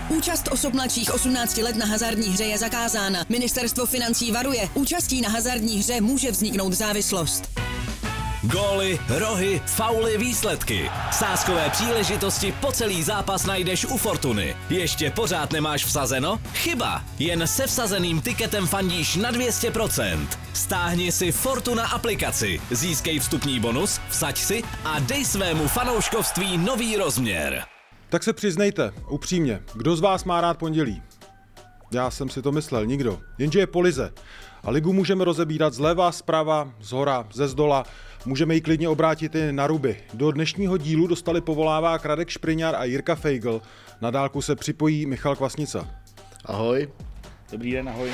Účast osob mladších 18 let na hazardní hře je zakázána. Ministerstvo financí varuje, účastí na hazardní hře může vzniknout závislost. Góly, rohy, fauly, výsledky. Sázkové příležitosti po celý zápas najdeš u Fortuny. Ještě pořád nemáš vsazeno? Chyba! Jen se vsazeným tiketem fandíš na 200%. Stáhni si Fortuna aplikaci, získej vstupní bonus, vsaď si a dej svému fanouškovství nový rozměr. Tak se přiznejte, upřímně, kdo z vás má rád pondělí? Já jsem si to myslel, nikdo. Jenže je po lize. A ligu můžeme rozebírat zleva, zprava, zhora, ze zdola. Můžeme ji klidně obrátit i na ruby. Do dnešního dílu dostali povolávák Radek Špriňar a Jirka Feigl. Na dálku se připojí Michal Kvasnica. Ahoj. Dobrý den, ahoj.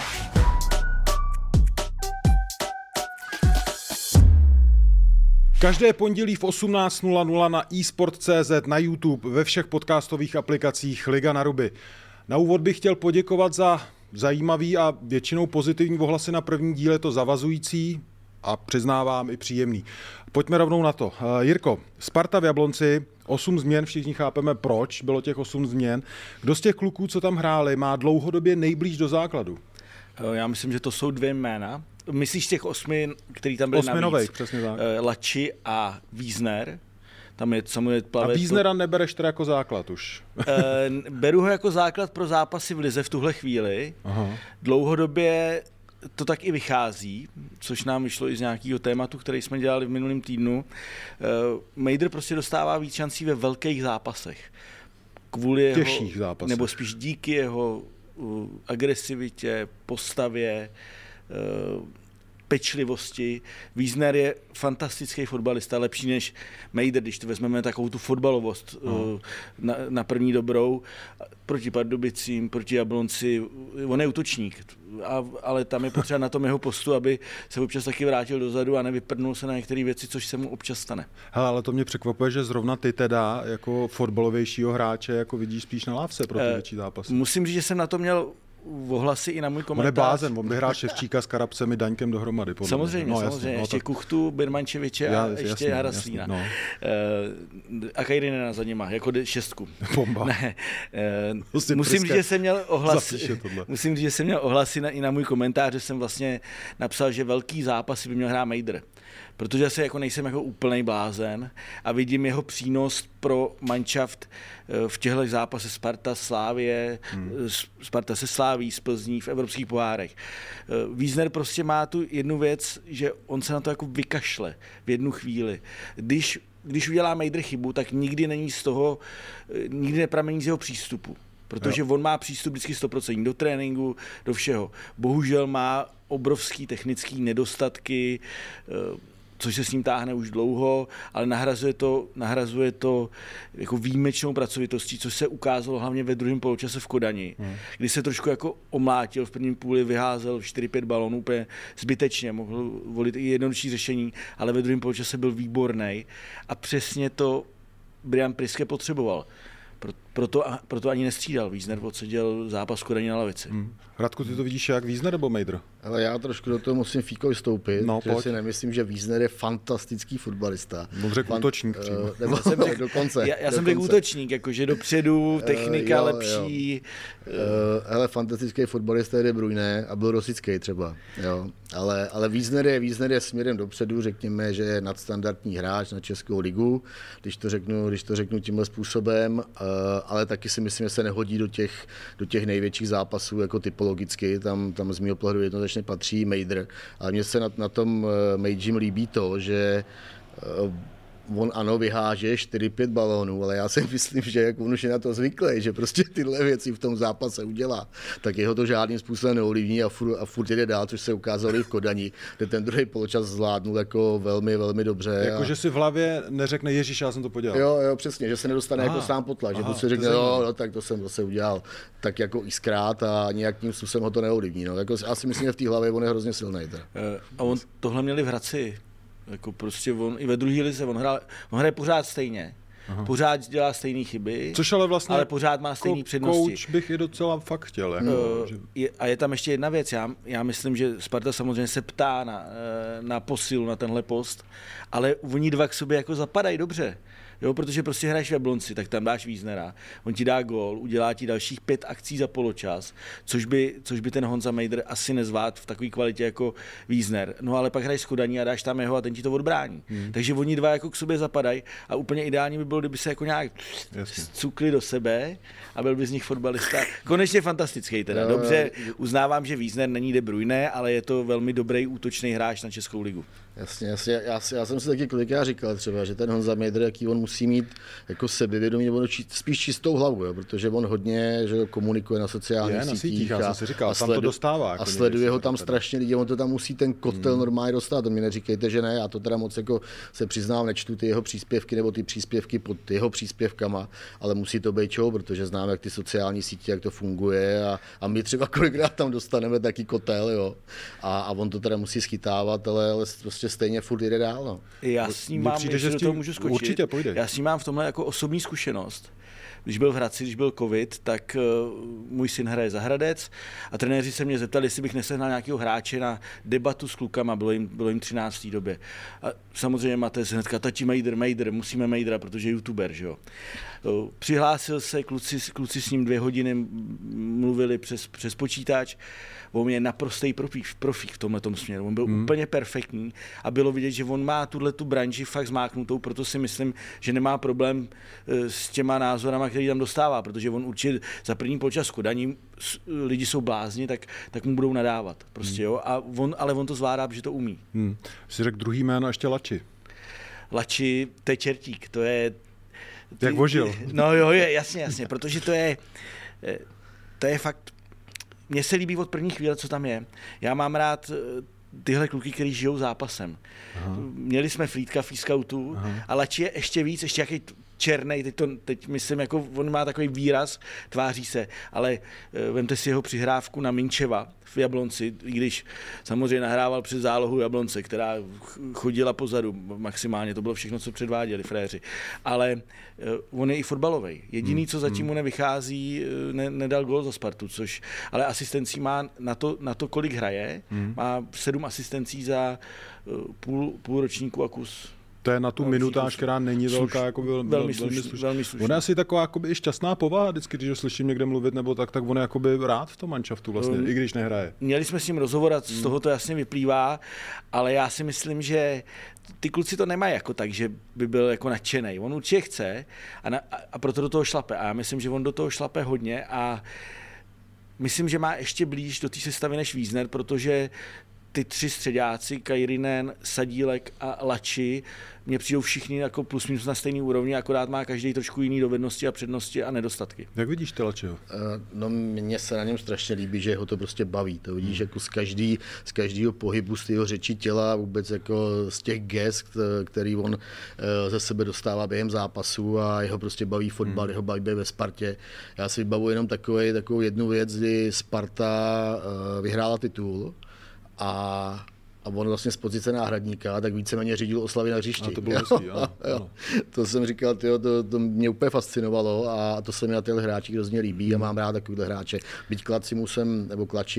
Každé pondělí v 18:00 na eSport.cz, na YouTube, ve všech podcastových aplikacích Liga na ruby. Na úvod bych chtěl poděkovat za zajímavý a většinou pozitivní ohlasy na první díl, je to zavazující a přiznávám i příjemný. Pojďme rovnou na to. Jirko, Sparta v Jablonci, 8 změn, všichni chápeme proč bylo těch 8 změn. Kdo z těch kluků, co tam hráli, má dlouhodobě nejblíž do základu? Já myslím, že to jsou 2 jména. Myslíš těch 8, který tam byli 8 navíc? novejch, přesně tak. Lači a Wiesner. Tam je samozřejmě a Wiesnera nebereš teda jako základ už? Beru ho jako základ pro zápasy v lize v tuhle chvíli. Aha. Dlouhodobě to tak i vychází, což nám vyšlo i z nějakého tématu, který jsme dělali v minulém týdnu. Mejdr prostě dostává víc šancí ve velkých zápasech. Kvůli těžších jeho, zápasech. Nebo spíš díky jeho agresivitě, postavě, pečlivosti. Wiesner je fantastický fotbalista, lepší než Mejdr, když to vezmeme takovou tu fotbalovost na první dobrou. Proti Pardubicím, proti Jablonci, on je útočník, ale tam je potřeba na tom jeho postu, aby se občas taky vrátil dozadu a nevyprdnul se na některé věci, což se mu občas stane. Hele, ale to mě překvapuje, že zrovna ty teda jako fotbalovějšího hráče jako vidíš spíš na lávce pro ty větší zápasy. Musím říct, že jsem na to měl ohlasy i na můj komentář. On je blázen, on by hrál Ševčíka s Karabcem i Daňkem dohromady. Samozřejmě, ještě Kuchtu, Birmančeviče a ještě Haraslína. No. A Kajrynena za nima, jako 6. Bomba. Ne, musím říct, že jsem měl ohlasy i na můj komentář, že jsem vlastně napsal, že velký zápasy by měl hrát Mejdr. Protože se jako nejsem jako úplnej blázen a vidím jeho přínos pro manšaft v těchto zápasech Sparta, Slávie, Sparta se Sláví, z Plzní v evropských pohárech. Wiesner prostě má tu jednu věc, že on se na to jako vykašle v jednu chvíli. Když udělá Mejdr chybu, tak nikdy nepramení z jeho přístupu. Protože on má přístup vždycky 100% do tréninku, do všeho. Bohužel má obrovský technický nedostatky, což se s ním táhne už dlouho, ale nahrazuje to jako výjimečnou pracovitostí, což se ukázalo hlavně ve druhém poločase v Kodani, kdy se trošku jako omlátil, v prvním půli vyházel 4-5 balonů úplně zbytečně, mohl volit i jednodušší řešení, ale ve druhém poločase byl výborný a přesně to Brian Priske potřeboval. Proto ani nestřídal. Wiesner odseděl zápas v Kodani na lavici. Radku, ty to vidíš jak Wiesner nebo Mejdr? Ale já trošku do toho musím Fíkovi vstoupit, že si nemyslím, že Wiesner je fantastický fotbalista. On řekl útočník přímo. Já jsem řekl útočník, jakože dopředu, technika lepší. Hele, fantastický fotbalista je De Bruyne a byl Rosický třeba. Jo. Ale Wiesner je směrem dopředu, řekněme, že je nadstandardní hráč na Českou ligu, když to řeknu tímhle způsobem, ale taky si myslím, že se nehodí do těch největších zápasů jako typologicky, tam z mého pohledu jednoznačně patří Mejdr. Ale mně se na tom Mejdžim líbí to, že on ano, vyháže 4-5 balónů, ale já si myslím, že jak on už je na to zvyklý, že prostě tyhle věci v tom zápase udělá, tak jeho to žádným způsobem neovlivní a furt jde dál, což se ukázalo i v Kodani, kde ten druhý poločas zvládnul jako velmi, velmi dobře. Jakože si v hlavě neřekne, Ježíš, já jsem to podělal. Jo, přesně, že se nedostane jako sám pod tlak, že buď si řekne, no, tak to jsem zase udělal, tak jako i zkrát a nějakým způsobem ho to neovlivní. No. Jako, já si myslím, že v té hlavě on je hrozně silný. A on tohle měli v Hradci. Jako prostě on i ve druhé lize, on hraje pořád stejně. Aha. Pořád dělá stejné chyby, což ale pořád má stejné přednosti. Coach bych i docela fakt chtěl. A je tam ještě jedna věc. Já myslím, že Sparta samozřejmě se ptá na posilu na tenhle post, ale oni dva k sobě jako zapadají dobře. Jo, protože prostě hraješ v Jablonci, tak tam dáš Wiesnera, on ti dá gól, udělá ti dalších 5 akcí za poločas, což by ten Honza Mejdr asi nezvládl v takové kvalitě jako Wiesner. No ale pak hraješ s Kodaní a dáš tam jeho a ten ti to odbrání. Takže oni dva jako k sobě zapadají a úplně ideální by bylo, kdyby se jako nějak cukli do sebe a byl by z nich fotbalista. Konečně fantastický teda. Dobře, uznávám, že Wiesner není De Bruyne, ale je to velmi dobrý útočný hráč na Českou ligu. Jasně. Já jsem si taky kolikrát říkal třeba, že ten Honza Mejdr, jaký on musí mít jako sebevědomí, nebo spíš čistou hlavu, jo, protože on hodně že komunikuje na sociálních sítích já jsem si říkal, tam to dostává. Jako a sleduje ho tam strašně lidi, on to tam musí ten kotel normálně dostat. To mi neříkejte, že ne, já to teda moc jako se přiznám, nečtu ty jeho příspěvky nebo ty příspěvky pod jeho příspěvkama, ale musí to být show, protože znám, jak ty sociální sítě, jak to funguje a my třeba kolikrát tam dostaneme taky kotel, jo. A on to teda musí schytávat, ale prostě stejně furt jde dál. No. Já s ním mám, přijde, že do toho můžu skočit. Určitě půjde. Já s ním mám v tomhle jako osobní zkušenost. Když byl v Hradci, když byl covid, tak můj syn hraje za Hradec a trenéři se mě zeptali, jestli bych nesehnal nějakého hráče na debatu s klukama, bylo jim 13. v té době. A samozřejmě Matez hnedka, tati Mejdr, musíme Mejdra, protože je youtuber, že jo. Přihlásil se, kluci s ním 2 hodiny mluvili přes počítač. On je naprostý profík v tomhletom směru. On byl úplně perfektní a bylo vidět, že on má tu branži fakt zmáknutou, proto si myslím, že nemá problém s těma názorama, který tam dostává, protože on určitě za první poločas Kodaní lidi jsou blázni, tak mu budou nadávat. Prostě, jo? Ale on to zvládá, protože to umí. Jsi řekl druhý jméno, ještě Lači. Lači, to je čertík, to je... Jak vožil. No jo, jasně, protože to je fakt... Mně se líbí od první chvíle, co tam je. Já mám rád tyhle kluky, kteří žijou zápasem. Aha. Měli jsme Frýdka v scoutu, a Lači je ještě víc, ještě jaký černej, teď myslím, jako on má takový výraz, tváří se, ale vemte si jeho přihrávku na Minčeva v Jablonci, i když samozřejmě nahrával přes zálohu Jablonce, která chodila pozadu maximálně, to bylo všechno, co předváděli fréři. Ale on je i fotbalovej. Jediný, co zatím mu nevychází, nedal gól za Spartu, ale asistencí má na to, kolik hraje, má 7 asistencí za půl ročníku a kus. To je na tu minutáž, která není velká, jako velmi slušná. Ona je asi taková jakoby i šťastná povaha, vždycky, když ho slyším někde mluvit, nebo tak on je jakoby rád v tom manšaftu vlastně, i když nehraje. Měli jsme s ním rozhovor a z toho to jasně vyplývá, ale já si myslím, že ty kluci to nemají jako tak, že by byl jako nadšenej. On určitě chce a proto do toho šlape. A já myslím, že on do toho šlape hodně a myslím, že má ještě blíž do té sestavy než Wiesner, protože ty 3 středáci, Kairinen, Sadílek a Lači, mně přijdou všichni jako plus minus na stejný úrovni, akorát má každý trošku jiný dovednosti a přednosti a nedostatky. Jak vidíš ty Lačiho? No mně se na něm strašně líbí, že ho to prostě baví. To vidíš jako z každého pohybu, z jeho řeči těla, vůbec jako z těch gest, který on ze sebe dostává během zápasu a jeho prostě baví fotbal, jeho baví ve Spartě. Já si vybavuji jenom takovou jednu věc, kdy Sparta vyhrála titul a on vlastně z pozice náhradníka, tak víceméně řídil oslavy na hřišti. A to bylo hezký, ano. To jsem říkal, to mě úplně fascinovalo a to se mi na těchto hráčích hrozně líbí a mám rád takovýhle hráče. Byť Klači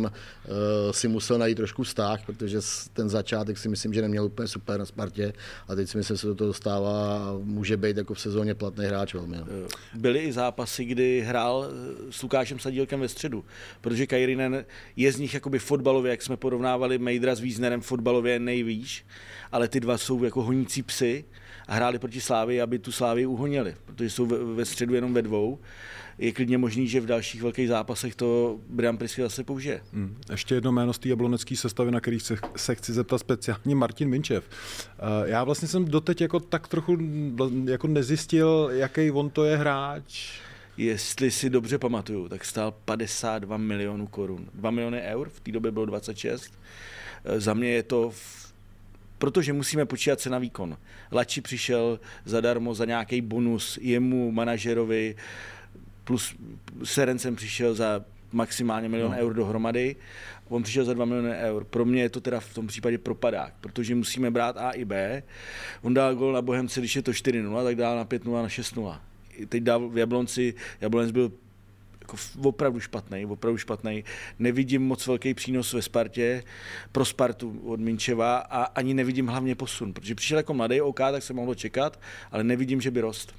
si musel najít trošku vztah, protože ten začátek si myslím, že neměl úplně super na Spartě a teď si myslím, že se do toho dostává a může být jako v sezóně platný hráč velmi. No. Byly i zápasy, kdy hrál s Lukášem Sadílkem ve středu, protože Kairinen je z nich jakoby fotbalově, jak jsme porovnávali Mejdra s Wiesnerem fotbalově nejvýš, ale ty dva jsou jako honící psy a hráli proti Slávii, aby tu Slávii uhonili, protože jsou ve středu jenom ve 2. Je klidně možný, že v dalších velkých zápasech to Brian Prisky zase použije. Ještě jedno jméno z té jablonecké sestavy, na který se chci zeptat speciálně, Martin Minčev. Já vlastně jsem doteď jako tak trochu jako nezjistil, jaký on to je hráč. Jestli si dobře pamatuju, tak stál 52 milionů korun. 2 miliony eur, v té době bylo 26. Za mě je to, protože musíme počítat se na výkon. Lači přišel zadarmo za nějaký bonus jemu, manažerovi, plus Serencem přišel za maximálně 1 milion eur dohromady. On přišel za 2 miliony eur. Pro mě je to teda v tom případě propadák, protože musíme brát A i B. On dal gól na Bohemce, když je to 4-0, tak dál na 5-0, na 6-0. Teď dal v Jablonci, Jablonec byl jako opravdu špatný. Nevidím moc velký přínos ve Spartě, pro Spartu od Minčeva a ani nevidím hlavně posun, protože přišel jako mladý OK, tak se mohlo čekat, ale nevidím, že by rost.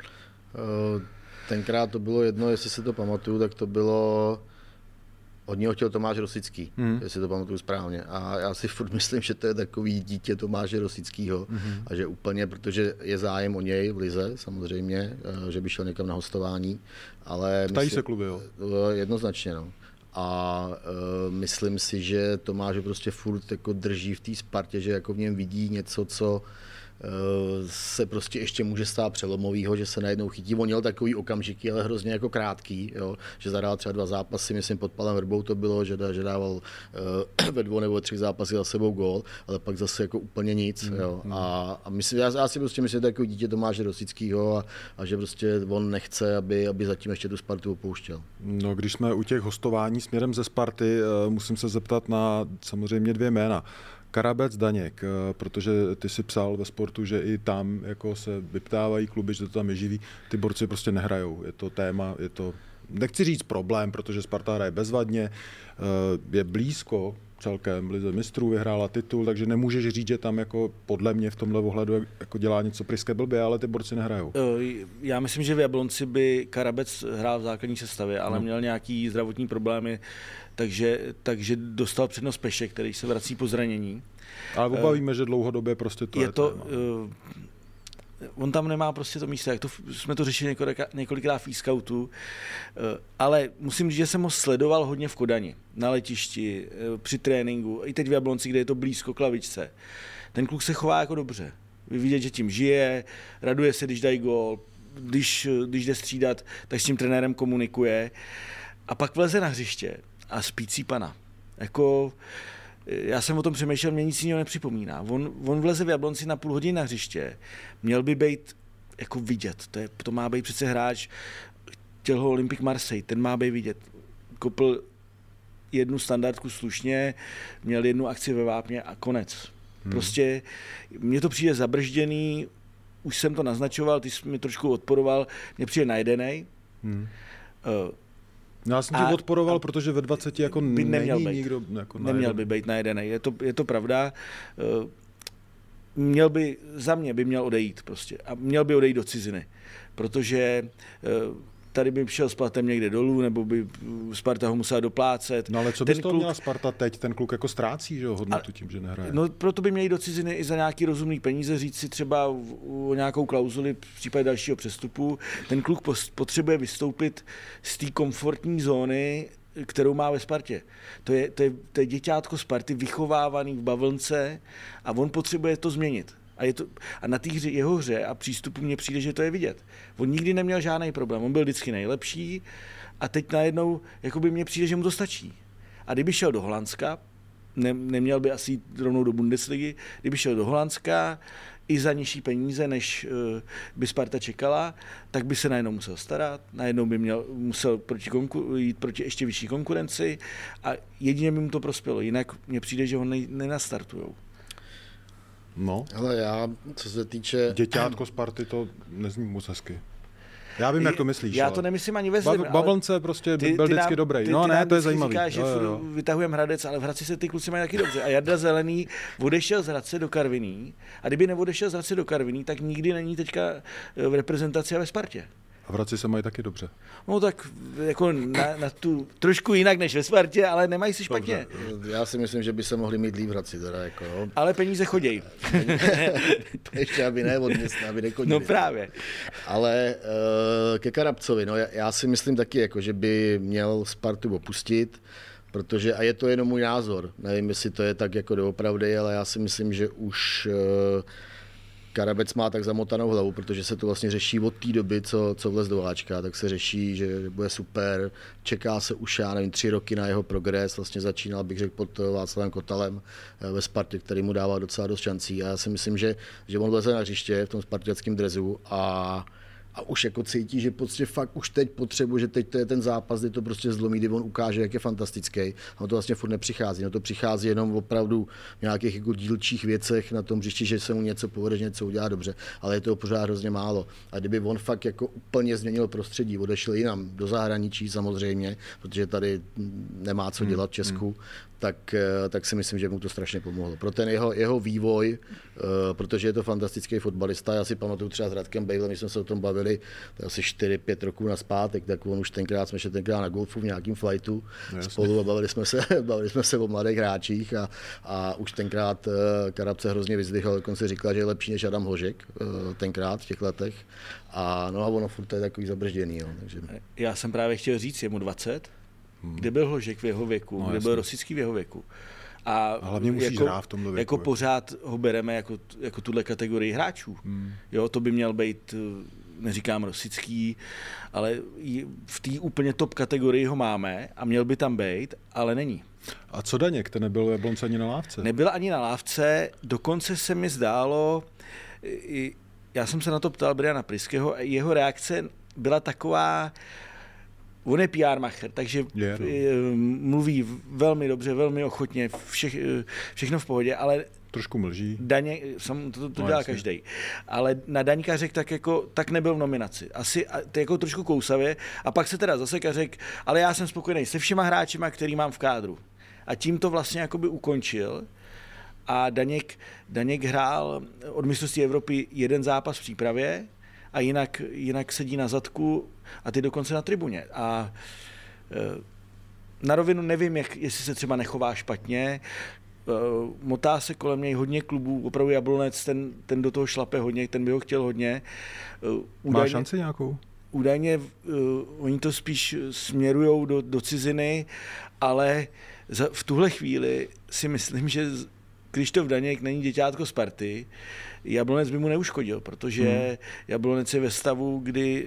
Tenkrát to bylo jedno, jestli se to pamatuju, tak to bylo od něho chtěl Tomáš Rosický, jestli to pamatuju správně. A já si furt myslím, že to je takový dítě Tomáše Rosickýho a že úplně, protože je zájem o něj v lize samozřejmě, že by šel někam na hostování, ale Ptají se kluby, jo? Jednoznačně, no. A myslím si, že Tomáš prostě furt jako drží v té Spartě, že jako v něm vidí něco, co se prostě ještě může stát přelomovýho, že se najednou chytí. On měl takový okamžiky, ale hrozně jako krátký, jo? Že zadal třeba 2 zápasy, myslím pod Palem Vrbou to bylo, že dával ve 2 nebo 3 zápasy za sebou gól, ale pak zase jako úplně nic. Jo? A myslím, já si prostě myslím, že to je takový dítě Tomáše Rosickýho a že prostě on nechce, aby zatím ještě tu Spartu opouštěl. No, když jsme u těch hostování směrem ze Sparty, musím se zeptat na samozřejmě 2 jména. Karabec, Daněk, protože ty si psal ve Sportu, že i tam jako se vyptávají kluby, že to tam je živý. Ty borci prostě nehrajou. Je to téma, je to, nechci říct problém, protože Sparta hraje bezvadně, je blízko celkem Lize mistrů, vyhrála titul, takže nemůžeš říct, že tam jako podle mě v tomhle ohledu jako dělá něco pryské blbě, ale ty borci nehrajou. Já myslím, že v Jablonci by Karabec hrál v základní sestavě, ale měl nějaký zdravotní problémy, takže dostal přednost Pešek, který se vrací po zranění. Ale obavíme, že dlouhodobě prostě to je to. On tam nemá prostě to místo, jsme to řešili několikrát v e-scoutu, ale musím říct, že jsem ho sledoval hodně v Kodani, na letišti, při tréninku, i teď v Jablonci, kde je to blízko k lavičce. Ten kluk se chová jako dobře. Vidět, že tím žije, raduje se, když dají gól, když jde střídat, tak s tím trenérem komunikuje a pak vleze na hřiště a spící pana. Jako, já jsem o tom přemýšlel, mě nic jiného nepřipomíná. On vleze v Jablonci na půl hodiny na hřiště, měl by být jako vidět, to má být přece hráč, chtěl ho Olympique Marseille, ten má být vidět. Kopl 1 standardku slušně, měl 1 akci ve vápně a konec. Prostě mně to přijde zabržděný, už jsem to naznačoval, ty jsi mi trošku odporoval, mně přijde najedenej. Já jsem ti odporoval, protože ve 20 jako není nikdo jako neměl by být najedenej, je to pravda. Za mě by měl odejít prostě a měl by odejít do ciziny, protože tady by šel s platem někde dolů, nebo by Sparta ho musela doplácet. No ale co by z toho měla Sparta teď? Ten kluk jako ztrácí, že ho, hodnotu tím, že nehraje. No proto by měl jít do ciziny i za nějaký rozumný peníze, říct si třeba o nějakou klauzuli v případě dalšího přestupu. Ten kluk potřebuje vystoupit z té komfortní zóny, kterou má ve Spartě. To je děťátko Sparty, vychovávaný v bavlnce a on potřebuje to změnit. A na té jeho hře a přístupu mně přijde, že to je vidět. On nikdy neměl žádný problém, on byl vždycky nejlepší a teď najednou jakoby mně přijde, že mu to stačí. A kdyby šel do Holandska, neměl by asi jít rovnou do Bundesligy, kdyby šel do Holandska i za nižší peníze, než by Sparta čekala, tak by se najednou musel starat, najednou by musel jít proti ještě vyšší konkurenci a jedině by mu to prospělo, jinak mně přijde, že ho nenastartujou. No. Ale co se týče... Děťátko Sparty, to nezní moc hezky. Já vím, jak to myslíš. Já to nemyslím ani ve zlém. Bavlnce prostě byl vždycky dobrý. No ne, to je zajímavý. Říkáš, že vytahujeme Hradec, ale v Hradci se ty kluci mají taky dobře. A Jarda Zelený odešel z Hradce do Karviní a kdyby neodešel z Hradce do Karviní, tak nikdy není teďka v reprezentaci a ve Spartě. A v Hradci se mají taky dobře. No tak jako na tu trošku jinak než ve Spartě, ale nemají si špatně. Dobře. Já si myslím, že by se mohli mít líp v Hradci teda jako. Ale peníze chodějí. Ještě aby ne od města, aby nechodili. No právě. Ale ke Karabcovi, no já si myslím taky, jako, že by měl Spartu opustit, protože, a je to jenom můj názor, nevím, jestli to je tak jako doopravdy, ale já si myslím, že už Karabec má tak zamotanou hlavu, protože se to vlastně řeší od té doby, co vlez do Ačka, tak se řeší, že bude super, čeká se už, 3 roky na jeho progres, vlastně začínal, bych řekl, pod Václavem Kotalem ve Spartě, který mu dával docela dost šancí a já si myslím, že on vleze na hřiště v tom spartiackém drezu a a už jako cítí, že prostě fakt už teď potřebuje, že teď to je ten zápas, kdy to prostě zlomí, kdy on ukáže, jak je fantastický. A on to vlastně furt nepřichází. No to přichází jenom opravdu v nějakých jako dílčích věcech na tom hřišti, že se mu něco povede, že něco udělá dobře, ale je to pořád hrozně málo. A kdyby on fakt jako úplně změnil prostředí, odešel jinam do zahraničí samozřejmě, protože tady nemá co dělat v Česku, tak si myslím, že mu to strašně pomohlo. Pro ten jeho vývoj, protože je to fantastický fotbalista, já si pamatuju třeba s Radkem Bejlem, my jsme se o tom bavili asi 4-5 roků nazpátek, tak on už tenkrát jsme šli na golfu v nějakém flightu spolu a bavili jsme se o mladých hráčích a už tenkrát Karabce hrozně vyzdvihl, dokonce říkal, že je lepší než Adam Hložek tenkrát v těch letech. A ono furt je takový zabržděný. Jo, takže... Já jsem právě chtěl říct, je mu 20, kde byl Hložek v jeho věku, kde byl Rosický v jeho věku. A hlavně musíš hrát v tomhle věku. Jako pořád ho bereme jako tuhle kategorii hráčů. Jo, to by měl být, neříkám Rosický, ale v té úplně top kategorii ho máme a měl by tam být, ale není. A co Daněk, ten nebyl Jablonec ani na lávce? Nebyl ani na lávce, dokonce se mi zdálo, já jsem se na to ptal Briana Priského, jeho reakce byla taková, on je PR macher, takže mluví velmi dobře, velmi ochotně, všechno v pohodě, ale trošku mlží. To dělá každý. Ale na Daňka řekl tak nebyl v nominaci. Asi jako trošku kousavě. A pak se teda zasek a řekl, ale já jsem spokojený se všema hráčima, který mám v kádru. A tím to vlastně jakoby ukončil. A Daněk hrál od mistrovství Evropy jeden zápas v přípravě a jinak sedí na zadku a ty dokonce na tribuně. A na rovinu nevím, jestli se třeba nechová špatně, motá se kolem něj hodně klubů, opravdu Jablonec, ten do toho šlape hodně, ten by ho chtěl hodně. Má šanci nějakou? Údajně oni to spíš směrujou do ciziny, ale v tuhle chvíli si myslím, že Krištof Daněk není děťátko Sparty, Jablonec by mu neuškodil, protože Jablonec je ve stavu, kdy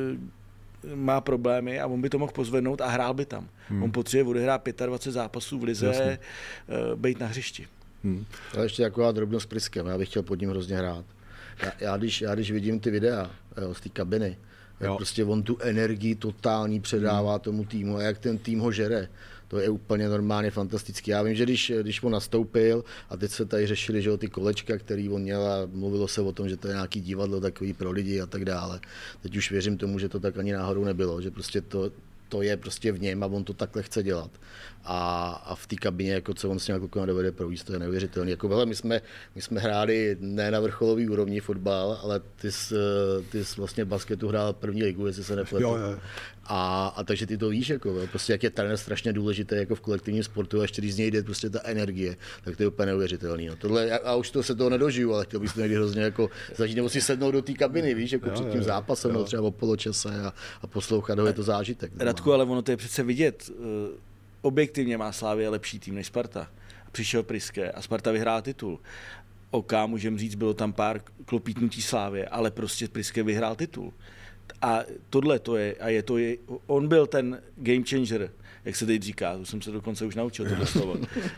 má problémy a on by to mohl pozvednout a hrál by tam. On potřebuje odehrát 25 zápasů v lize, být na hřišti. Ale ještě taková drobnost s Priskem, já bych chtěl pod ním hrozně hrát. Já když vidím ty videa z té kabiny, jak prostě on tu energii totální předává tomu týmu a jak ten tým ho žere. To je úplně normálně fantastický. Já vím, že když on nastoupil a teď se tady řešili, že ty kolečka, který on měl a mluvilo se o tom, že to je nějaký divadlo takový pro lidi a tak dále. Teď už věřím tomu, že to tak ani náhodou nebylo, že prostě to je prostě v něm a on to takhle chce dělat. A v té kabině, jako co on s těma klukama dovede provést, to je neuvěřitelné. Jako my jsme hráli ne na vrcholový úrovni fotbal, ale ty jsi vlastně basketu hrál první ligu, jestli se nepletu. Jo. A takže ty to víš, jako, prostě jak je trenér strašně důležité jako v kolektivním sportu, a ještě když z něj jde prostě ta energie, tak to je úplně neuvěřitelný. No. Tohle, a už se toho nedožiju, ale chtěl bych to někdy hrozně jako zažít, nebo si sednout do té kabiny, víš, jako před tím zápasem, no, třeba o poločase a poslouchat ho, je to zážitek. Radku, ale ono to je přece vidět. Objektivně má Slavia lepší tým než Sparta. Přišel Priske a Sparta vyhrál titul. OK, můžeme říct, bylo tam pár klopítnutí Slavie, ale prostě Priske vyhrál titul. A tohle to je, on byl ten game changer, jak se teď říká, to jsem se dokonce už naučil tohle slovo.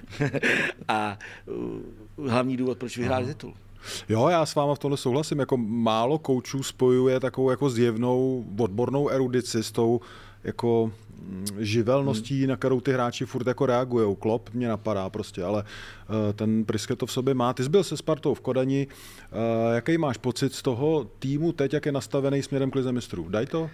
A hlavní důvod, proč vyhrál titul. Jo, já s váma v tomhle souhlasím, jako málo koučů spojuje takovou jako zjevnou odbornou erudici s tou jako živelností, na kterou ty hráči furt jako reagujou. Klopp mě napadá prostě, ale ten Priske to v sobě má. Ty jsi byl se Spartou v Kodani. Jaký máš pocit z toho týmu teď, jak je nastavený směrem k lize mistrů? Daj to?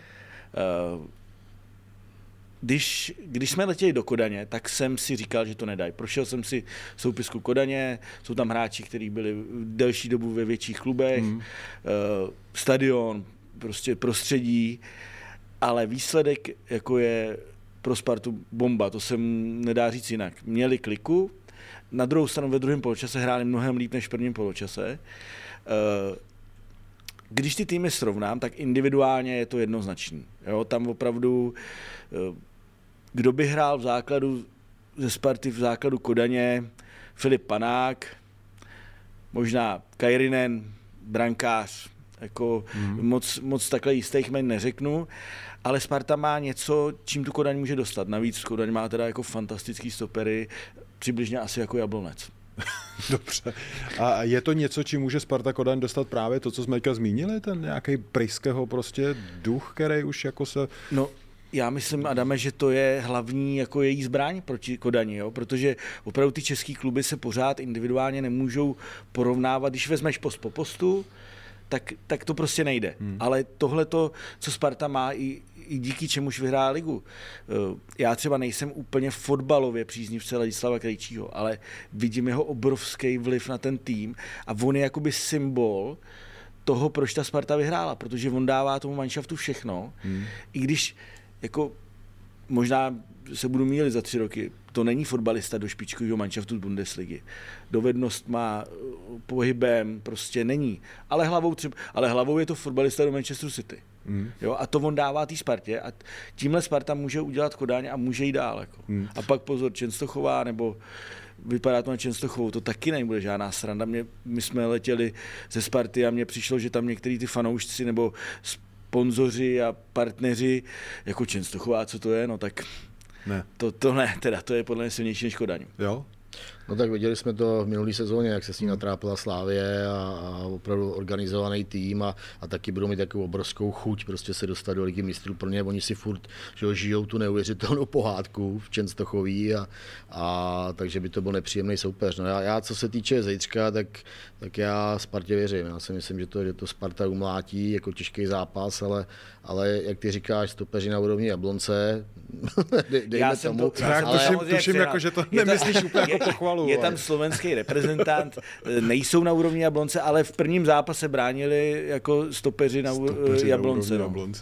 Když jsme letěli do Kodaně, tak jsem si říkal, že to nedají. Prošel jsem si soupisku Kodaně, jsou tam hráči, kteří byli delší dobu ve větších klubech, stadion, prostě prostředí, ale výsledek jako je pro Spartu bomba, to se nedá říct jinak. Měli kliku, na druhou stranu ve druhém poločase hráli mnohem líp než v prvním poločase. Když ty týmy srovnám, tak individuálně je to jednoznačný. Jo, tam opravdu, kdo by hrál v základu ze Sparty v základu Kodaně, Filip Panák, možná Kairinen, brankář, jako moc takhle jistých jmen neřeknu, ale Sparta má něco, čím tu Kodaň může dostat. Navíc Kodaň má teda jako fantastický stopery, přibližně asi jako Jablonec. Dobře. A je to něco, čím může Sparta Kodaň dostat právě to, co jsme teďka zmínili, ten nějaký Pryského prostě duch, který už jako se... No, já myslím, Adame, že to je hlavní jako její zbraň proti Kodani, jo? Protože opravdu ty český kluby se pořád individuálně nemůžou porovnávat. Když vezmeš post po postu, tak to prostě nejde. Ale tohleto, co Sparta má, i díky čemuž vyhrá ligu. Já třeba nejsem úplně fotbalově příznivce Ladislava Krejčího, ale vidím jeho obrovský vliv na ten tým a on je jakoby symbol toho, proč ta Sparta vyhrála, protože on dává tomu manšaftu všechno, i když jako možná se budu mýlit za 3 roky, to není fotbalista do špičkového manšaftu z Bundesligy. Dovednost má, pohybem prostě není. Ale hlavou je to fotbalista do Manchesteru City. Jo, a to on dává té Spartě a tímhle Sparta může udělat Kodaň a může jít dál. Jako. A pak pozor, Čenstochová, nebo vypadá to na Čenstochovou, to taky nebude žádná sranda. My jsme letěli ze Sparty a mně přišlo, že tam některý ty fanoušci nebo sponzoři a partneři, jako Čenstochová, co to je, no tak ne. To ne, teda to je podle mě silnější než Kodaň. Jo? No tak viděli jsme to v minulý sezóně, jak se s ní natrápila Slavie a opravdu organizovaný tým a taky budou mít takovou obrovskou chuť prostě se dostat do Ligy mistrů. Pro ně oni si furt žijou tu neuvěřitelnou pohádku v Čenstochový a takže by to byl nepříjemný soupeř. No já co se týče zítřka, tak já Spartě věřím. Já si myslím, že to Sparta umlátí jako těžký zápas, ale jak ty říkáš, stopeři na úrovni Jablonce, dejme tomu. Tuším jako, že to nemyslíš úplně jako pochvalu. Je tam slovenský reprezentant, nejsou na úrovni Jablonce, ale v prvním zápase bránili jako stopeři na Jablonce.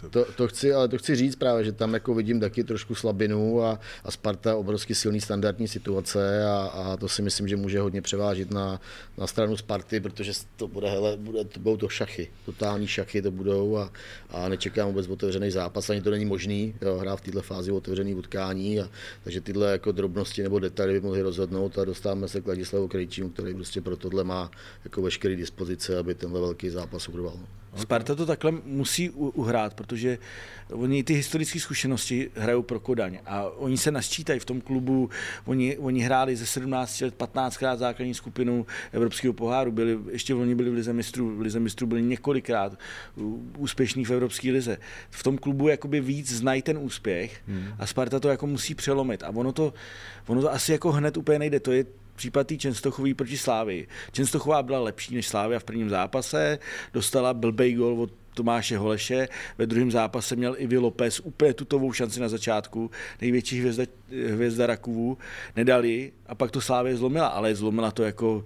To chci říct právě, že tam jako vidím taky trošku slabinu a Sparta obrovsky silný standardní situace a to si myslím, že může hodně převážit na stranu Sparty, protože to budou to šachy, totální šachy to budou a nečekám vůbec otevřený zápas, ani to není možný, hrát v této fázi otevřený utkání, takže tyhle jako drobnosti nebo detaily by mohly rozhodnout a dostáváme se k Ladislavu Krejčímu, který prostě pro tohle má jako veškeré dispozice, aby tenhle velký zápas urval. Sparta to takhle musí uhrát, protože oni ty historické zkušenosti hrajou pro Kodaň a oni se nasčítají v tom klubu, oni hráli ze 17 let 15krát základní skupinu Evropského poháru, ještě oni byli v Lize mistrů byli několikrát úspěšní v Evropské lize. V tom klubu jakoby víc znají ten úspěch a Sparta to jako musí přelomit a ono to asi jako hned úplně nejde, to je případ té Čenstochový proti Slávii. Čenstochová byla lepší než Slávia v prvním zápase, dostala blbej gól od Tomáše Holeše, ve druhém zápase měl Ivi López úplně tutovou šanci na začátku, největší hvězda Rakuvů, nedali a pak to Slávie zlomila, ale zlomila to jako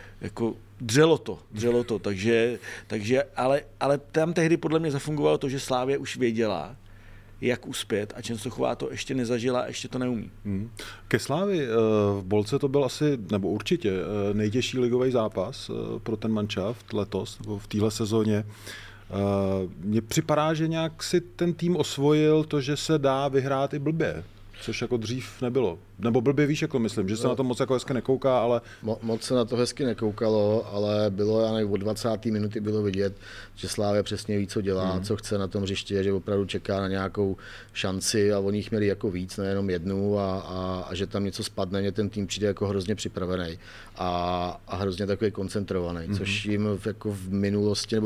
dřelo to, takže ale tam tehdy podle mě zafungovalo to, že Slávie už věděla, jak uspět a Čenstochová to ještě nezažila, ještě to neumí. Ke Slávii v Bolce to byl asi, nebo určitě nejtěžší ligový zápas pro ten manšaft letos, nebo v téhle sezóně. Mně připadá, že nějak si ten tým osvojil to, že se dá vyhrát i blbě, což jako dřív nebylo. Nebo blbě víš, jako myslím, že se na to moc jako hezky nekouká, ale... Moc se na to hezky nekoukalo, ale bylo, já nevím, od 20. minuty bylo vidět, že Slavia přesně ví, co dělá, co chce na tom hřišti, že opravdu čeká na nějakou šanci a oni jich měli jako víc, nejenom jednu a že tam něco spadne, mě ten tým přijde jako hrozně připravený a hrozně takový koncentrovaný, což jim jako v minulosti,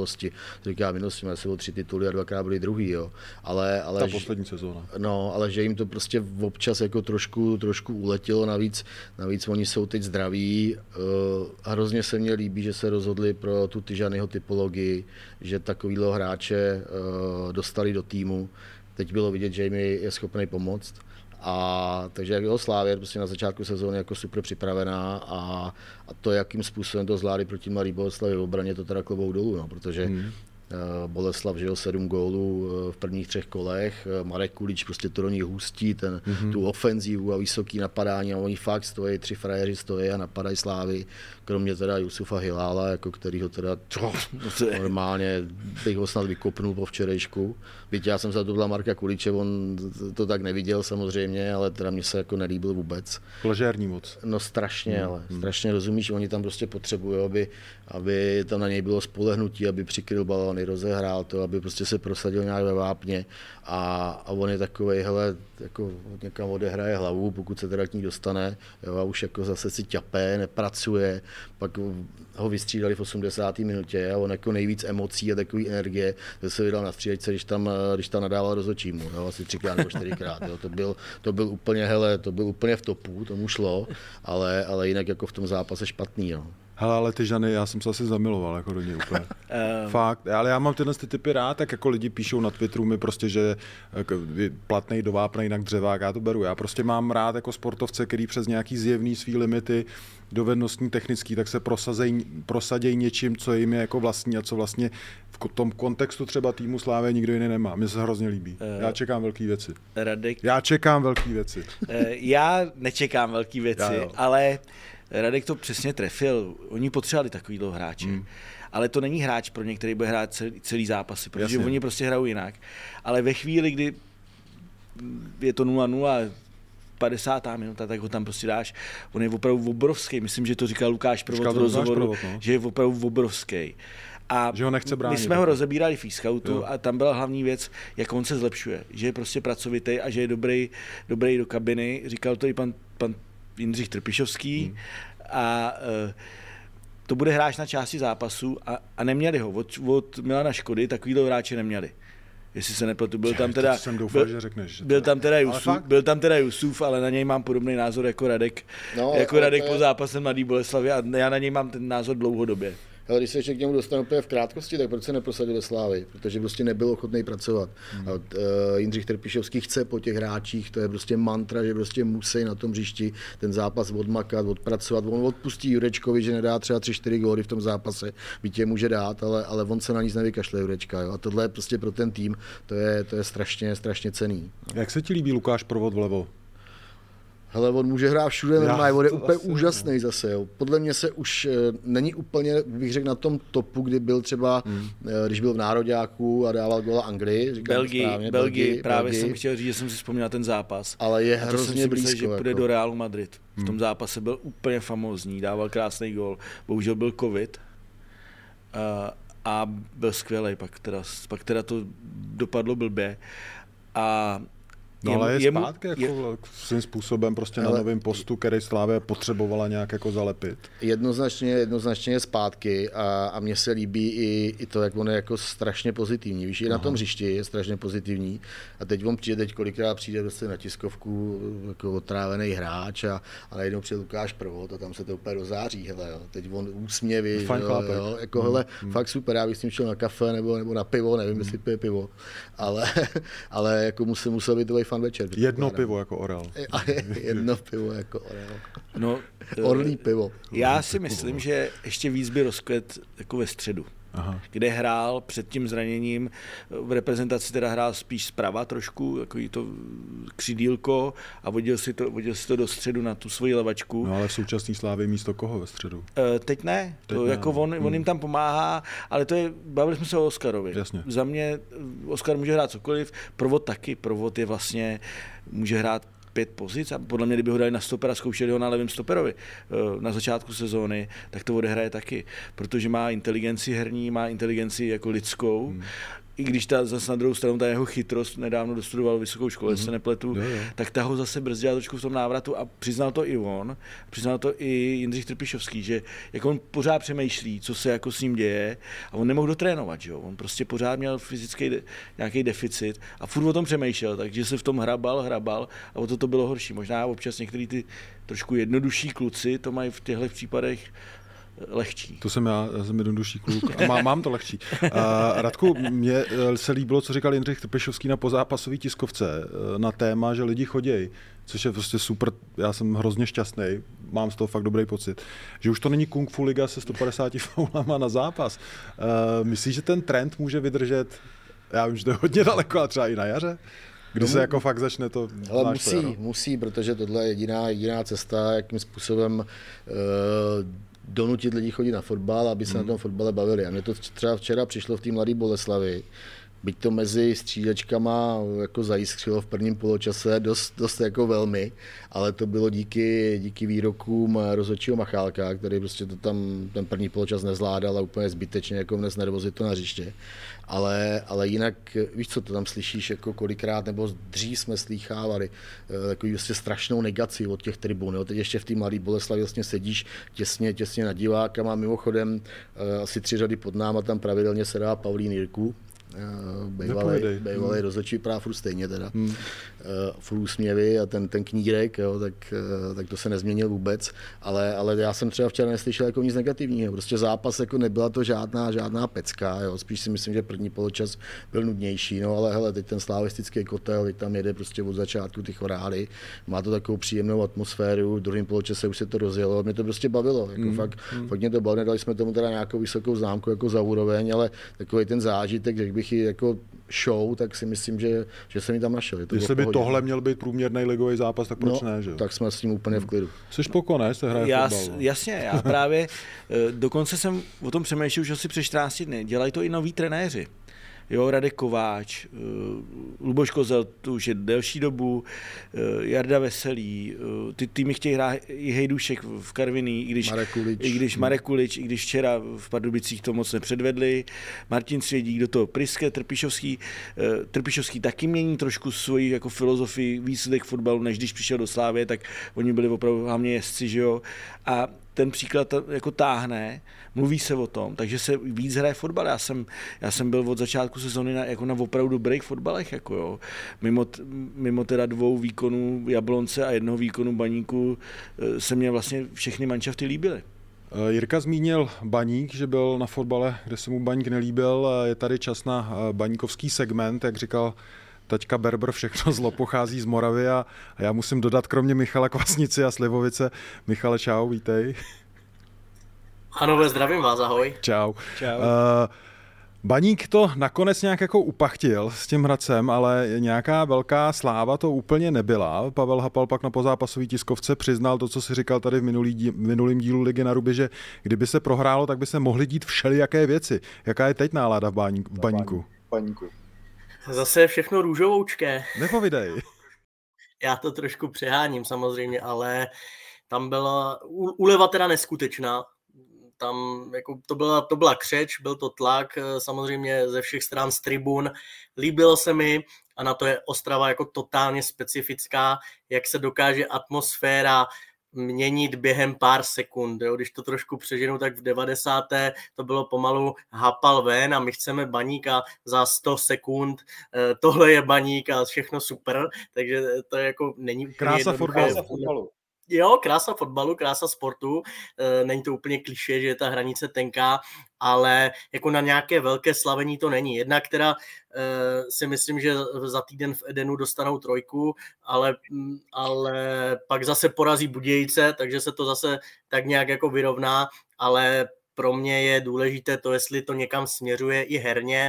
měli sebou 3 tituly a 2krát byli druhý, jo. Ale ta poslední sezóna. No, ale že jim to prostě občas jako trošku uletělo, navíc oni jsou teď zdraví a hrozně se mně líbí, že se rozhodli pro tu Tyžanyho typologii, že takovýhle hráče dostali do týmu. Teď bylo vidět, že jim je schopný pomoct. A takže jak jeho Slávě prostě na začátku sezóny jako super připravená a to, jakým způsobem to zvládli proti Mladé Boleslavi v obraně, to teda klobouk dolů, no, protože Boleslav, že 7 gólů v prvních 3 kolech, Marek Kulič prostě to do nich hustí, tu ofenzivu a vysoký napadání a oni fakt stojí, 3 frajeři stojí a napadají Slávy, kromě teda Jusufa Hilála, jako kterýho teda normálně bych ho snad vykopnul po včerejšku. Byť já jsem se to byla Marka Kuliče, on to tak neviděl samozřejmě, ale teda mě se jako nelíbil vůbec. Ležérní moc. No strašně, ale strašně rozumíš, oni tam prostě potřebují, aby tam na něj bylo spolehnutí, aby přikryl balón, motivovaný, rozehrál to, aby prostě se prosadil nějak ve vápně a on je takovej, hele, jako někam odehraje hlavu, pokud se teda k ní dostane, jo, a už jako zase si ťapé, nepracuje, pak ho vystřídali v 80. minutě a on jako nejvíc emocí a takový energie, že se vydal na střídačce, když tam nadával rozhodčímu, jo, asi 3x nebo 4x, jo, to byl úplně, hele, to byl úplně v topu, tomu šlo, ale jinak jako v tom zápase špatný, jo. Hele, ale ty Žany, já jsem se asi zamiloval jako do něj úplně. Fakt, ale já mám tyhle typy rád, tak jako lidi píšou na Twitteru mi prostě, že platnej do vápna, jinak dřevák, já to beru. Já prostě mám rád jako sportovce, který přes nějaký zjevný svý limity, dovednostní, technický, tak se prosadějí něčím, co jim je jako vlastní a co vlastně v tom kontextu třeba týmu Slávy nikdo jiný nemá. Mně se hrozně líbí. Já čekám velký věci. Radek. Já čekám velký věci. Já nečekám velký věci, ale Radek to přesně trefil. Oni potřebovali takovýhle hráče. Ale to není hráč pro ně, který bude hrát celý zápasy, protože Jasně. oni prostě hrajou jinak. Ale ve chvíli, kdy je to 0-0, 50. minuta, tak ho tam prostě dáš. On je opravdu obrovský. Myslím, že to říkal Lukáš Provod v rozhovoru, že je opravdu obrovský. A že ho nechce bránit. My jsme ho rozebírali v e-scoutu a tam byla hlavní věc, jak on se zlepšuje. Že je prostě pracovitý a že je dobrý do kabiny. Říkal to i pan Jindřich Trpišovský a to bude hráč na části zápasu a neměli ho. Od Milana Škody takovýhle hráče neměli. Jestli se nepletu, byl tam teda Jusuf, ale na něj mám podobný názor jako Radek. Radek po zápase Mladý Boleslavi a já na něj mám ten názor dlouhodobě. Ale když se ještě k němu dostanu úplně v krátkosti, tak proč se neprosadil ve Slávy? Protože prostě nebyl ochotný pracovat. Jindřich Trpišovský chce po těch hráčích, to je prostě mantra, že prostě musí na tom hřišti ten zápas odmakat, odpracovat. On odpustí Jurečkovi, že nedá třeba 3-4 góly v tom zápase, byť je může dát, ale on se na nic nevykašle Jurečka. Jo? A tohle je prostě pro ten tým, to je strašně cenný. Jak se ti líbí Lukáš Provod vlevo? Hele, on může hrát všude normálně, on je úplně úžasný zase. Jo. Podle mě se už není úplně, bych řekl, na tom topu, kdy byl třeba, když byl v nároďáku a dával góla Anglii. Belgii, jsem chtěl říct, že jsem si vzpomněl ten zápas. Ale je hrozně blízko. Myslel, že půjde do Realu Madrid. V tom zápase byl úplně famózní, dával krásný gól. Bohužel byl covid a byl skvělej, pak teda to dopadlo blbě. Ale je zpátky jako svým způsobem prostě na novém postu, který Slávě potřebovala nějak jako zalepit. Jednoznačně je zpátky a mně se líbí i to, jak on je jako strašně pozitivní. Víš, i na tom hřišti je strašně pozitivní a teď on kolikrát přijde prostě na tiskovku jako otrávený hráč a najednou přijde Lukáš Provod a tam se to úplně rozáří. Hele, jo. Teď on úsměvy, jako hele, fakt super, já bych s tím šel na kafe nebo na pivo, nevím, jestli pije pivo, ale jako musel být to fan večer. Jedno pivo jako Orel. Jedno pivo jako Orel. No, Orlí pivo. Já si myslím, že ještě víc by rozkvět jako ve středu. Kde hrál před tím zraněním, v reprezentaci teda hrál spíš zprava trošku, takový to křídílko a vodil si to do středu na tu svoji levačku. No ale v současný Slávě místo koho ve středu? Teď ne, jako on jim tam pomáhá, ale to je, bavili jsme se o Oskarovi. Jasně. Za mě Oskar může hrát cokoliv, Provod taky, Provod je vlastně, může hrát 5 pozic a podle mě, kdyby ho dali na stopera, zkoušeli ho na levém stoperovi na začátku sezóny, tak to odehraje taky, protože má inteligenci herní, má inteligenci jako lidskou, i když zase na druhou stranu ta jeho chytrost, nedávno dostudoval vysokou školu, se nepletu, tak ta ho zase brzdila trošku v tom návratu a přiznal to i on, přiznal to i Jindřich Trpišovský, že jako on pořád přemýšlí, co se jako s ním děje a on nemohl dotrénovat, že jo? On prostě pořád měl fyzický nějaký deficit a furt o tom přemýšlel, takže se v tom hrabal a o to bylo horší. Možná občas některý ty trošku jednodušší kluci to mají v těchto případech lehčí. To jsem já jsem jednodušší kluk a mám to lehčí. Radku, mně se líbilo, co říkal Jindřich Trpišovský na pozápasové tiskovce na téma, že lidi chodějí, což je prostě super, já jsem hrozně šťastný, mám z toho fakt dobrý pocit, že už to není kung fu liga se 150 faulama na zápas. Myslíš, že ten trend může vydržet, já vím, že to je hodně daleko, a třeba i na jaře? Kdy se jako fakt začne to... Ale musí, protože tohle je jediná cesta, jakým způsobem donutit lidi chodit na fotbal, aby se na tom fotbale bavili. A mě to třeba včera přišlo v té Mladé Boleslavi, byť to mezi střídačkama jako zajiskřilo v prvním poločase dost jako velmi, ale to bylo díky výrokům rozhodčího Machálka, který prostě to tam ten první poločas nezvládal a úplně zbytečně jako vnes nervozitu na hřiště. Ale jinak, víš co, to tam slyšíš jako kolikrát, nebo dřív jsme slýchávali takový vlastně strašnou negaci od těch tribun. Jo. Teď ještě v té Mladé Boleslavi vlastně sedíš těsně nad divákama, mimochodem asi 3 řady pod náma tam pravidelně se dá Pavlín Jirků, bývalý rozhodčí práv furt stejně teda. Furt úsměvy a ten knírek, jo, tak to se nezměnil vůbec, ale já jsem třeba včera neslyšel jako nic negativního, prostě zápas jako nebyla to žádná pecka, jo. Spíš si myslím, že první poločas byl nudnější, no ale hele, teď ten slavistický kotel, teď tam jede prostě od začátku ty chorály, má to takovou příjemnou atmosféru, v druhém poločase už se to rozjelo, mě to prostě bavilo, jako fakt mě to bavilo, nedali jsme tomu teda nějakou vysokou známku jako za úroveň, ale takový ten zážitek, že bych jako show, tak si myslím, že se mi tam našel. Jestli by tohle měl být průměrný ligový zápas, tak proč ne, že jo? Tak jsme s tím úplně v klidu. Jsi spokojený, jste hraje fotbal. Jasně, já právě dokonce jsem o tom přemýšlel už asi před 14 dny. Dělají to i noví trenéři. Jo, Radek Kováč, Luboš Kozel, to už je delší dobu, Jarda Veselý, ty týmy chtějí hrát i Hejdušek v Karviní, Marek Kulič, i když včera v Pardubicích to moc nepředvedli, Martin Svědík, do toho Priske, Trpišovský taky mění trošku svoji jako filozofii výsledek fotbalu, než když přišel do Slávie, tak oni byli opravdu hlavně jezdci, že jo, a ten příklad jako táhne, mluví se o tom, takže se víc hraje fotbal. Já jsem byl od začátku sezóny na opravdu dobrých fotbalech, jako jo. Mimo teda 2 výkonů Jablonce a 1 výkonu Baníku se mě vlastně všechny manšafty líbily. Jirka zmínil Baník, že byl na fotbale, kde se mu Baník nelíbil. Je tady čas na baníkovský segment, jak říkal taťka Berber, všechno zlo pochází z Moravy a já musím dodat kromě Michala Kvasnici a Slivovice. Michale, čau, vítej. Ano, zdravím vás, ahoj. Čau. Baník to nakonec nějak jako upachtil s tím Hradcem, ale nějaká velká sláva to úplně nebyla. Pavel Hapal pak na pozápasové tiskovce přiznal to, co si říkal tady v minulým dílu Ligy na Ruby, že kdyby se prohrálo, tak by se mohly dít všelijaké věci. Jaká je teď nálada v Baníku? Zase je všechno růžovoučké. Nepovídej. Já to trošku přeháním samozřejmě, ale tam byla úleva teda neskutečná. Tam jako to byla křeč, byl to tlak, samozřejmě ze všech stran z tribun. Líbilo se mi, a na to je Ostrava jako totálně specifická, jak se dokáže atmosféra měnit během pár sekund. Jo. Když to trošku přeženu, tak v 90. to bylo pomalu Hapal ven a my chceme Baník a za 100 sekund tohle je Baník a všechno super, takže to je jako není úplně krása fotbalu. Jo, krása fotbalu, krása sportu, není to úplně klišé, že je ta hranice tenká, ale jako na nějaké velké slavení to není. Jedna, která si myslím, že za týden v Edenu dostanou 3, ale pak zase porazí Budějice, takže se to zase tak nějak jako vyrovná, ale pro mě je důležité to, jestli to někam směřuje i herně.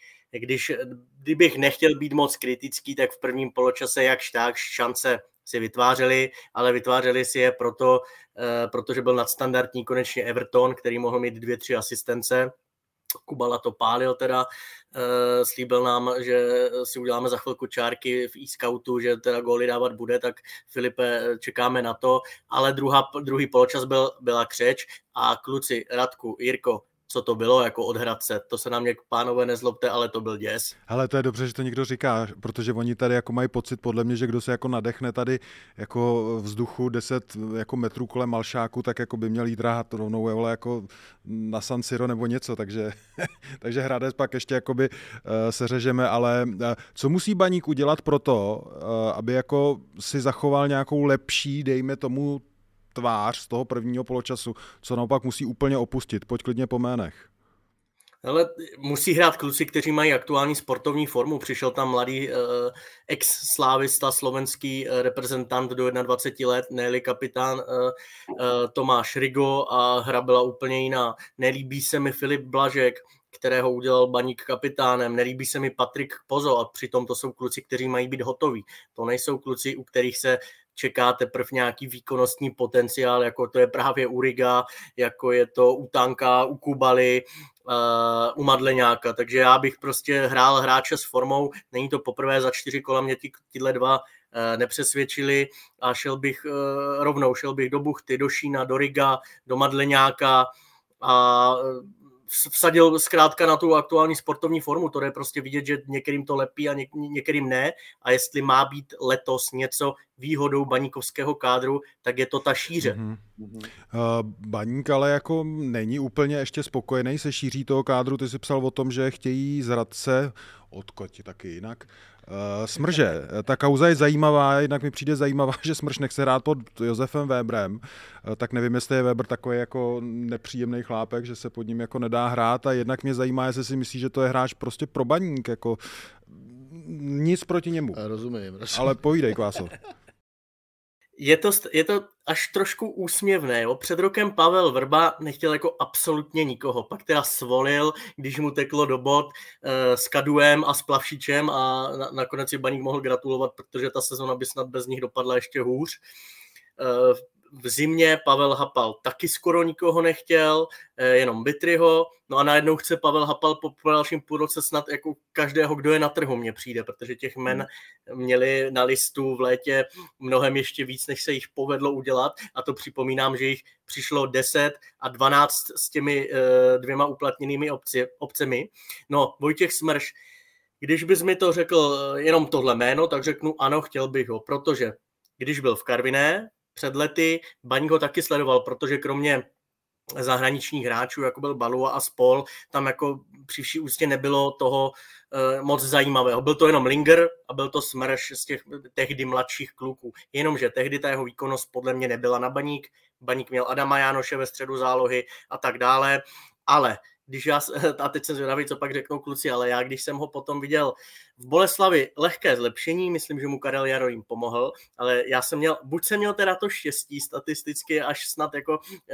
Kdybych nechtěl být moc kritický, tak v prvním poločase jakž tak šance si vytvářeli, ale vytvářeli si je protože byl nadstandardní konečně Everton, který mohl mít 2-3 asistence. Kubala to pálil teda, slíbil nám, že si uděláme za chvilku čárky v e-scoutu, že teda góly dávat bude, tak Filipe, čekáme na to, ale druhý poločas byla křeč a kluci, Radku, Jirko, co to bylo jako od Hradce. To se na mě, pánové, nezlobte, ale to byl děs. Hele, to je dobře, že to někdo říká, protože oni tady jako mají pocit, podle mě, že kdo se jako nadechne tady jako vzduchu 10 jako metrů kolem Malšáku, tak jako by měl jít ráhat rovnou jako na San Siro nebo něco, takže Hradec pak ještě jakoby se řežeme, ale co musí Baník udělat pro to, aby jako si zachoval nějakou lepší, dejme tomu, tvář z toho prvního poločasu, co naopak musí úplně opustit? Pojď klidně po jménech. Ale musí hrát kluci, kteří mají aktuální sportovní formu. Přišel tam mladý ex-slávista, slovenský reprezentant do 21 let, ne-li kapitán Tomáš Rigo a hra byla úplně jiná. Nelíbí se mi Filip Blažek, kterého udělal Baník kapitánem, nelíbí se mi Patrik Pozo a přitom to jsou kluci, kteří mají být hotoví. To nejsou kluci, u kterých se čeká teprve nějaký výkonnostní potenciál, jako to je právě u Riga, jako je to u Tanka, u Kubaly, u Madleňáka. Takže já bych prostě hrál hráče s formou, není to poprvé, za 4 kola mě tyhle dva nepřesvědčili a šel bych do Buchty, do Šína, do Riga, do Madleňáka a vsadil zkrátka na tu aktuální sportovní formu. To je prostě vidět, že některým to lepí a některým ne. A jestli má být letos něco výhodou baníkovského kádru, tak je to ta šíře. Baník ale jako není úplně ještě spokojený se šíří toho kádru. Ty jsi psal o tom, že chtějí z Hradce, odkud taky jinak, Smrže. Ta kauza je zajímavá, jinak mi přijde zajímavá, že Smrš nechce hrát pod Josefem Weberem, tak nevím, jestli je Weber takový jako nepříjemný chlápek, že se pod ním jako nedá hrát a jednak mě zajímá, jestli si myslí, že to je hráč prostě pro Baník, jako nic proti němu. Rozumím. Ale povídej, Kváso. Je to až trošku úsměvné. Jo? Před rokem Pavel Vrba nechtěl jako absolutně nikoho. Pak teda svolil, když mu teklo do bod s Kaduem a s Plavšičem a nakonec si Baník mohl gratulovat, protože ta sezona by snad bez nich dopadla ještě hůř. V zimě Pavel Hapal taky skoro nikoho nechtěl, jenom Bytryho, no a najednou chce Pavel Hapal po dalším půlroce snad jako každého, kdo je na trhu, mně přijde, protože těch men měli na listu v létě mnohem ještě víc, než se jich povedlo udělat a to připomínám, že jich přišlo 10 a 12 s těmi 2 uplatněnými obcemi. No, Vojtěch Smrš, když bys mi to řekl jenom tohle jméno, tak řeknu ano, chtěl bych ho, protože když byl v Karviné, před lety Baník ho taky sledoval, protože kromě zahraničních hráčů, jako byl Balua a spol, tam jako při vší úctě nebylo toho moc zajímavého. Byl to jenom Linger a byl to Smrš z těch tehdy mladších kluků. Jenomže tehdy ta jeho výkonnost podle mě nebyla na Baník. Baník měl Adama Jánoše ve středu zálohy a tak dále, ale a teď jsem zvědavý, co pak řeknou kluci, ale já, když jsem ho potom viděl v Boleslavi, lehké zlepšení, myslím, že mu Karel Jaro jim pomohl, ale buď jsem měl teda to štěstí statisticky až snad jako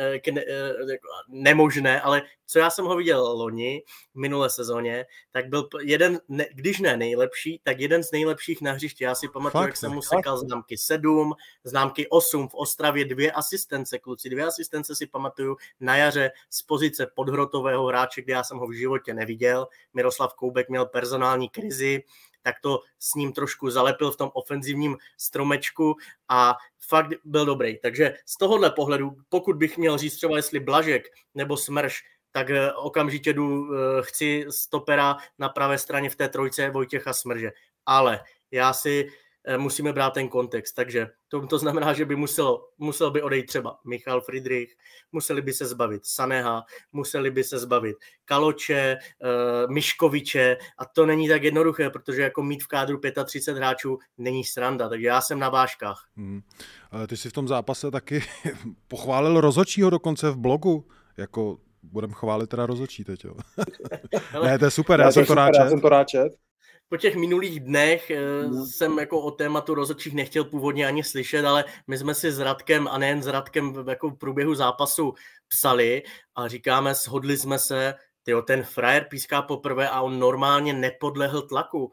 nemožné, ale co já jsem ho viděl loni, v minulé sezóně, tak byl když ne nejlepší, tak jeden z nejlepších na hřišti. Já si pamatuju, jak jsem mu sekal známky 7, známky 8, v Ostravě 2 asistence, kluci, 2 asistence si pamatuju na jaře z pozice podhrotového hráče, kde já jsem ho v životě neviděl. Miroslav Koubek měl personální krizi, tak to s ním trošku zalepil v tom ofenzivním stromečku a fakt byl dobrý. Takže z tohohle pohledu, pokud bych měl říct třeba, jestli Blažek nebo Smrš, tak okamžitě chci stopera na pravé straně v té trojce Vojtěcha Smrže. Ale musíme brát ten kontext, takže to znamená, že by musel by odejít třeba Michal Friedrich, museli by se zbavit Saneha, museli by se zbavit Kaloče, Miškoviče a to není tak jednoduché, protože jako mít v kádru 35 hráčů není sranda, takže já jsem na vážkách. Ty jsi v tom zápase taky pochválil rozhodčího dokonce v blogu, jako budem chválit teda rozhodčí teď, jo. Ne, to je super, já jsem to rád čet. Po těch minulých dnech jsem jako o tématu rozhodčích nechtěl původně ani slyšet, ale my jsme si s Radkem a nejen s Radkem jako v průběhu zápasu psali a říkáme, shodli jsme se, ten frajer píská poprvé a on normálně nepodlehl tlaku.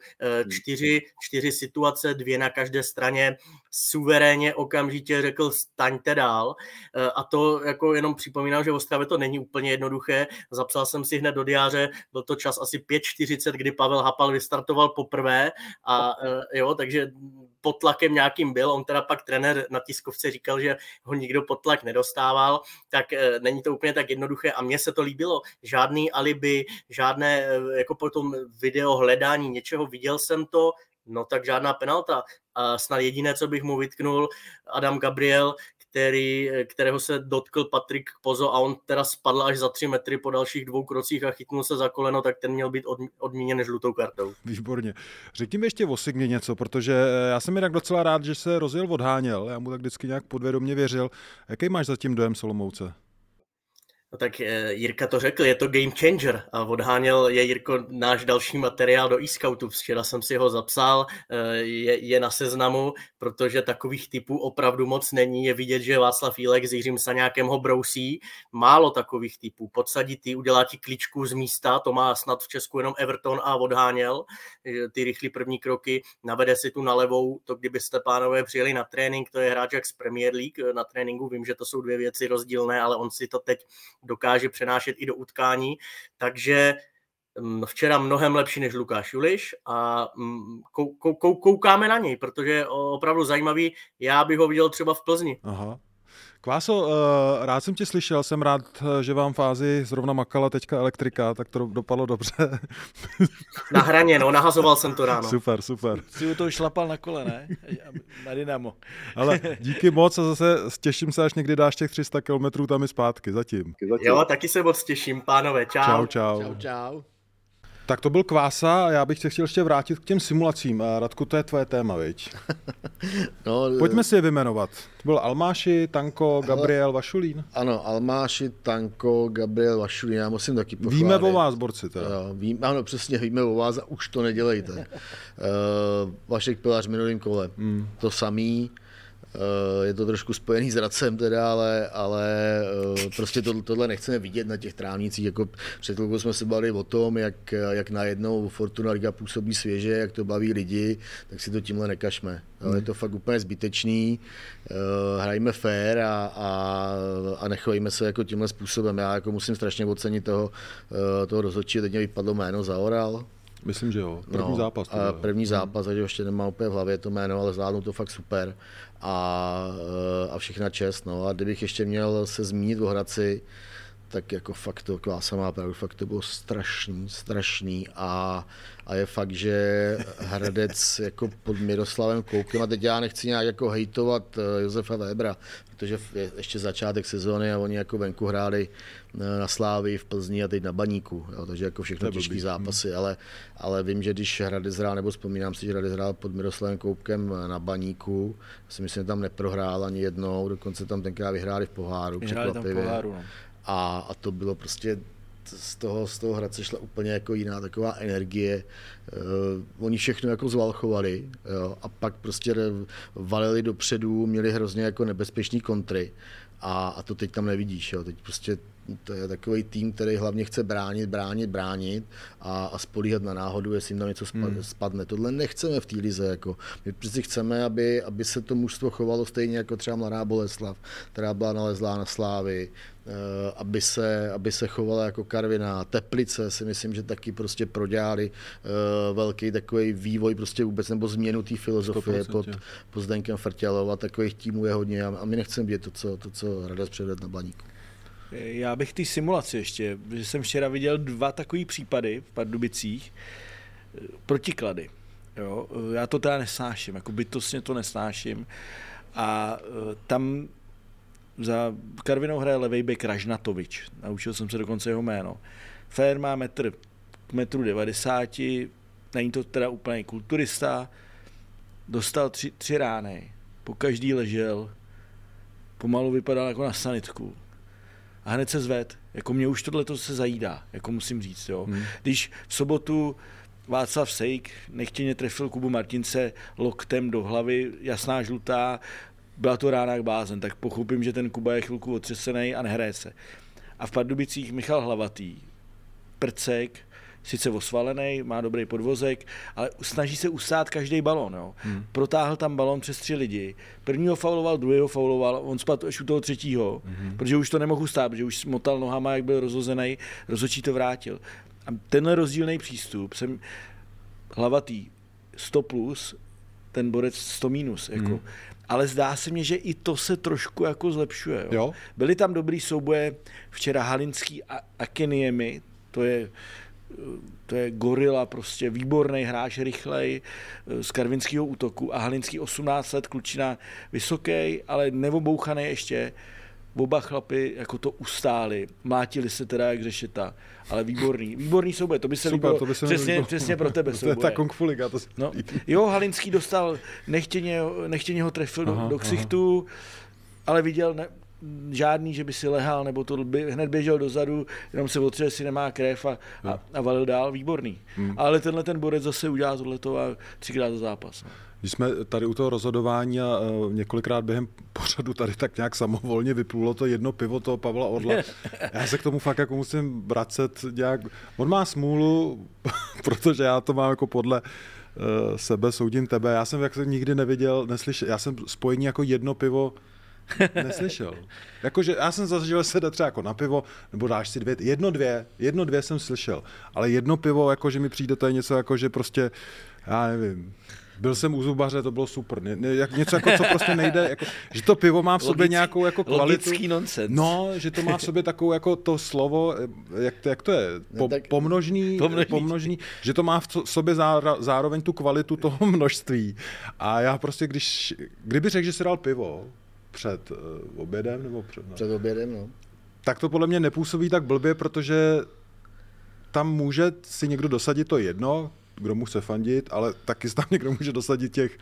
4 situace, 2 na každé straně, suverénně okamžitě řekl staňte dál a to jako jenom připomínám, že v Ostravě to není úplně jednoduché. Zapsal jsem si hned do diáře, byl to čas asi 5:40, kdy Pavel Hapal vystartoval poprvé a takže pod tlakem nějakým byl, on teda pak trenér na tiskovce říkal, že ho nikdo pod tlak nedostával, tak není to úplně tak jednoduché a mně se to líbilo. Žádný alibi, žádné jako potom video hledání něčeho, viděl jsem to, no tak žádná penalta. A snad jediné, co bych mu vytknul, Adam Gabriel, kterého se dotkl Patrik Pozo a on teda spadl až za 3 metry po dalších 2 krocích a chytnul se za koleno, tak ten měl být odměněn žlutou kartou. Výborně. Řekni mi ještě o Signě něco, protože já jsem jinak docela rád, že se rozjel odháněl, já mu tak vždycky nějak podvědomě věřil. Jaký máš zatím dojem z Olomouce? No tak Jirka to řekl, je to game changer a odháněl je Jirko náš další materiál do e-scoutu. Včera jsem si ho zapsal, je na seznamu, protože takových typů opravdu moc není. Je vidět, že Václav Jílek s Jiřím Staňákem ho brousí. Málo takových typů. Podsadí ty, udělá ti kličku z místa, to má snad v Česku jenom Everton a odháněl ty rychlé první kroky, navede si tu na levou, to kdybyste pánové přijeli na trénink, to je hráč jak z Premier League na tréninku, vím, že to jsou dvě věci rozdílné, ale on si to teď dokáže přenášet i do utkání, takže včera mnohem lepší než Lukáš Juliš a koukáme na něj, protože je opravdu zajímavý, já bych ho viděl třeba v Plzni. Aha. Kváso, rád jsem tě slyšel, jsem rád, že vám v Ázii zrovna makala teďka elektrika, tak to dopadlo dobře. Na hraně, no, nahazoval jsem to ráno. Super. Jsi u toho šlapal na kole, ne? Na Dynamo. Ale díky moc a zase těším se, až někdy dáš těch 300 kilometrů tam i zpátky, zatím. Jo, taky se moc těším, pánové, čau. Čau. Tak to byl Kvása a já bych se chtěl ještě vrátit k těm simulacím. Radku, to je tvoje téma, viď? No, Pojďme si je vyjmenovat. To byl Almáši, Tanko, Gabriel, Vašulín. Ano, Almáši, Tanko, Gabriel, Vašulín, já musím taky pochválit. Víme o vás, borci, teda. Ano, přesně, víme o vás a už to nedělejte. Vašek Pilař v minulým kole, to samý. Je to trošku spojený s Radcem teda, ale prostě tohle nechceme vidět na těch trávnicích. Jako před chvilkou jsme se bavili o tom, jak najednou Fortuna Liga působí svěže, jak to baví lidi, tak si to tímhle nekažme. Je to fakt úplně zbytečný. Hrajme fair a nechovejme se jako tímhle způsobem. Já jako musím strašně ocenit toho rozhodčího, teď mě vypadlo jméno Zaoral. Myslím, že jo. První zápas. První zápas, takže ještě nemám úplně v hlavě to jméno, ale zvládnu to fakt super. A všechna čest. No. A kdybych ještě měl se zmínit o Hradci, tak jako fakt to Kvása má pravdu, fakt to bylo strašný a je fakt, že Hradec jako pod Miroslavem Koupkem, a teď já nechci nějak jako hejtovat Josefa Webera, protože je ještě začátek sezóny a oni jako venku hráli na Slávii, v Plzni a teď na Baníku, jo, takže jako všechno těžký zápasy, ale vím, že když Hradec hrál, nebo vzpomínám si, že Hradec hrál pod Miroslavem Koupkem na Baníku, si myslím, že tam neprohrál ani jednou, dokonce tam tenkrát vyhráli v poháru, překvapivě. A to bylo prostě, z toho Hradce šla úplně jako jiná taková energie. Oni všechno jako zvalchovali, jo, a pak prostě valili dopředu, měli hrozně jako nebezpečný kontry a to teď tam nevidíš. Jo. Teď prostě to je takový tým, který hlavně chce bránit a spolíhat na náhodu, jestli jim tam něco spadne. Tohle nechceme v té lize. Jako. My prostě chceme, aby se to mužstvo chovalo stejně jako třeba Mladá Boleslav, která byla nalezlá na Slávy, aby se chovala jako Karviná. Teplice si myslím, že taky prostě prodělali velký takový vývoj prostě vůbec, nebo změnu té filozofie pod Zdenkem Frtělou a takových týmů je hodně a my nechceme vidět to, co Hradec předvedl na Baníku. Já bych té simulaci ještě, že jsem včera viděl 2 takový případy v Pardubicích, protiklady. Jo? Já to teda nesnáším, jako bytostně to nesnáším a tam za Karvinou hraje levej bek Ražnatovič, naučil jsem se dokonce jeho jméno. Fér má k metru 90, není to teda úplně kulturista, dostal 3 rány, po každý ležel, pomalu vypadal jako na sanitku. A hned se zved, jako mě už tohleto se zajídá, jako musím říct, jo. Když v sobotu Václav Sejk nechtěně trefil Kubu Martince loktem do hlavy, jasná žlutá, byla to rána jak blázen, tak pochopím, že ten Kuba je chvilku otřesený a nehraje se. A v Pardubicích Michal Hlavatý, prcek, sice osvalený, má dobrý podvozek, ale snaží se ustát každý balón. Jo. Protáhl tam balón přes 3 lidi. Prvního fauloval, druhého fauloval, on spadl až u toho 3., protože už to nemohl ustát, protože už motal nohama, jak byl rozhozený, rozhodčí to vrátil. A tenhle rozdílný přístup jsem Hlavatý 100+, ten borec 100-. Jako. Ale zdá se mně, že i to se trošku jako zlepšuje. Jo? Byly tam dobrý souboje včera Halinský a Akiniemi, to je gorila, prostě výborný hráč, rychlej, z karvinského útoku a Halinský 18 let, klučina vysoký, ale neobouchaný ještě. Oba chlapy jako to ustáli, mlátili se teda jak řešeta, ale výborný souboj, to by se líbilo, přesně pro tebe souboje. To je ta Kung Fu Liga. Jo, Halinský dostal, nechtěně ho trefil do ksichtu, ale viděl, žádný, že by si lehal, nebo to by hned běžel dozadu, jenom se otře, jestli nemá krev a valil dál, výborný. Ale tenhle ten borec zase udělá tohleto a 3krát za zápas. No. Když jsme tady u toho rozhodování a několikrát během pořadu tady tak nějak samovolně vyplulo to jedno pivo toho Pavla Orla. Já se k tomu fakt jako musím vracet nějak. On má smůlu, protože já to mám jako podle sebe, soudím tebe. Já jsem jak nikdy neviděl, neslyšel. Já jsem spojení jako jedno pivo neslyšel. Jakože já jsem zažil, se jde třeba jako na pivo, nebo dáš si jedno, dvě jsem slyšel. Ale jedno pivo, jakože mi přijde, to je něco jako, že prostě, já nevím, byl jsem u zubaře, to bylo super. Něco jako, co prostě nejde, jako, že to pivo má v sobě nějakou jako kvalitu. Logický nonsens. No, že to má v sobě takovou jako to slovo, jak to je, pomnožný, že to má v sobě zároveň tu kvalitu toho množství. A já prostě, kdyby řekl, že si dal pivo před obědem, nebo před obědem, no. Tak to podle mě nepůsobí tak blbě, protože tam může si někdo dosadit to jedno, kdo mu chce fandit, ale taky tam někdo může dosadit těch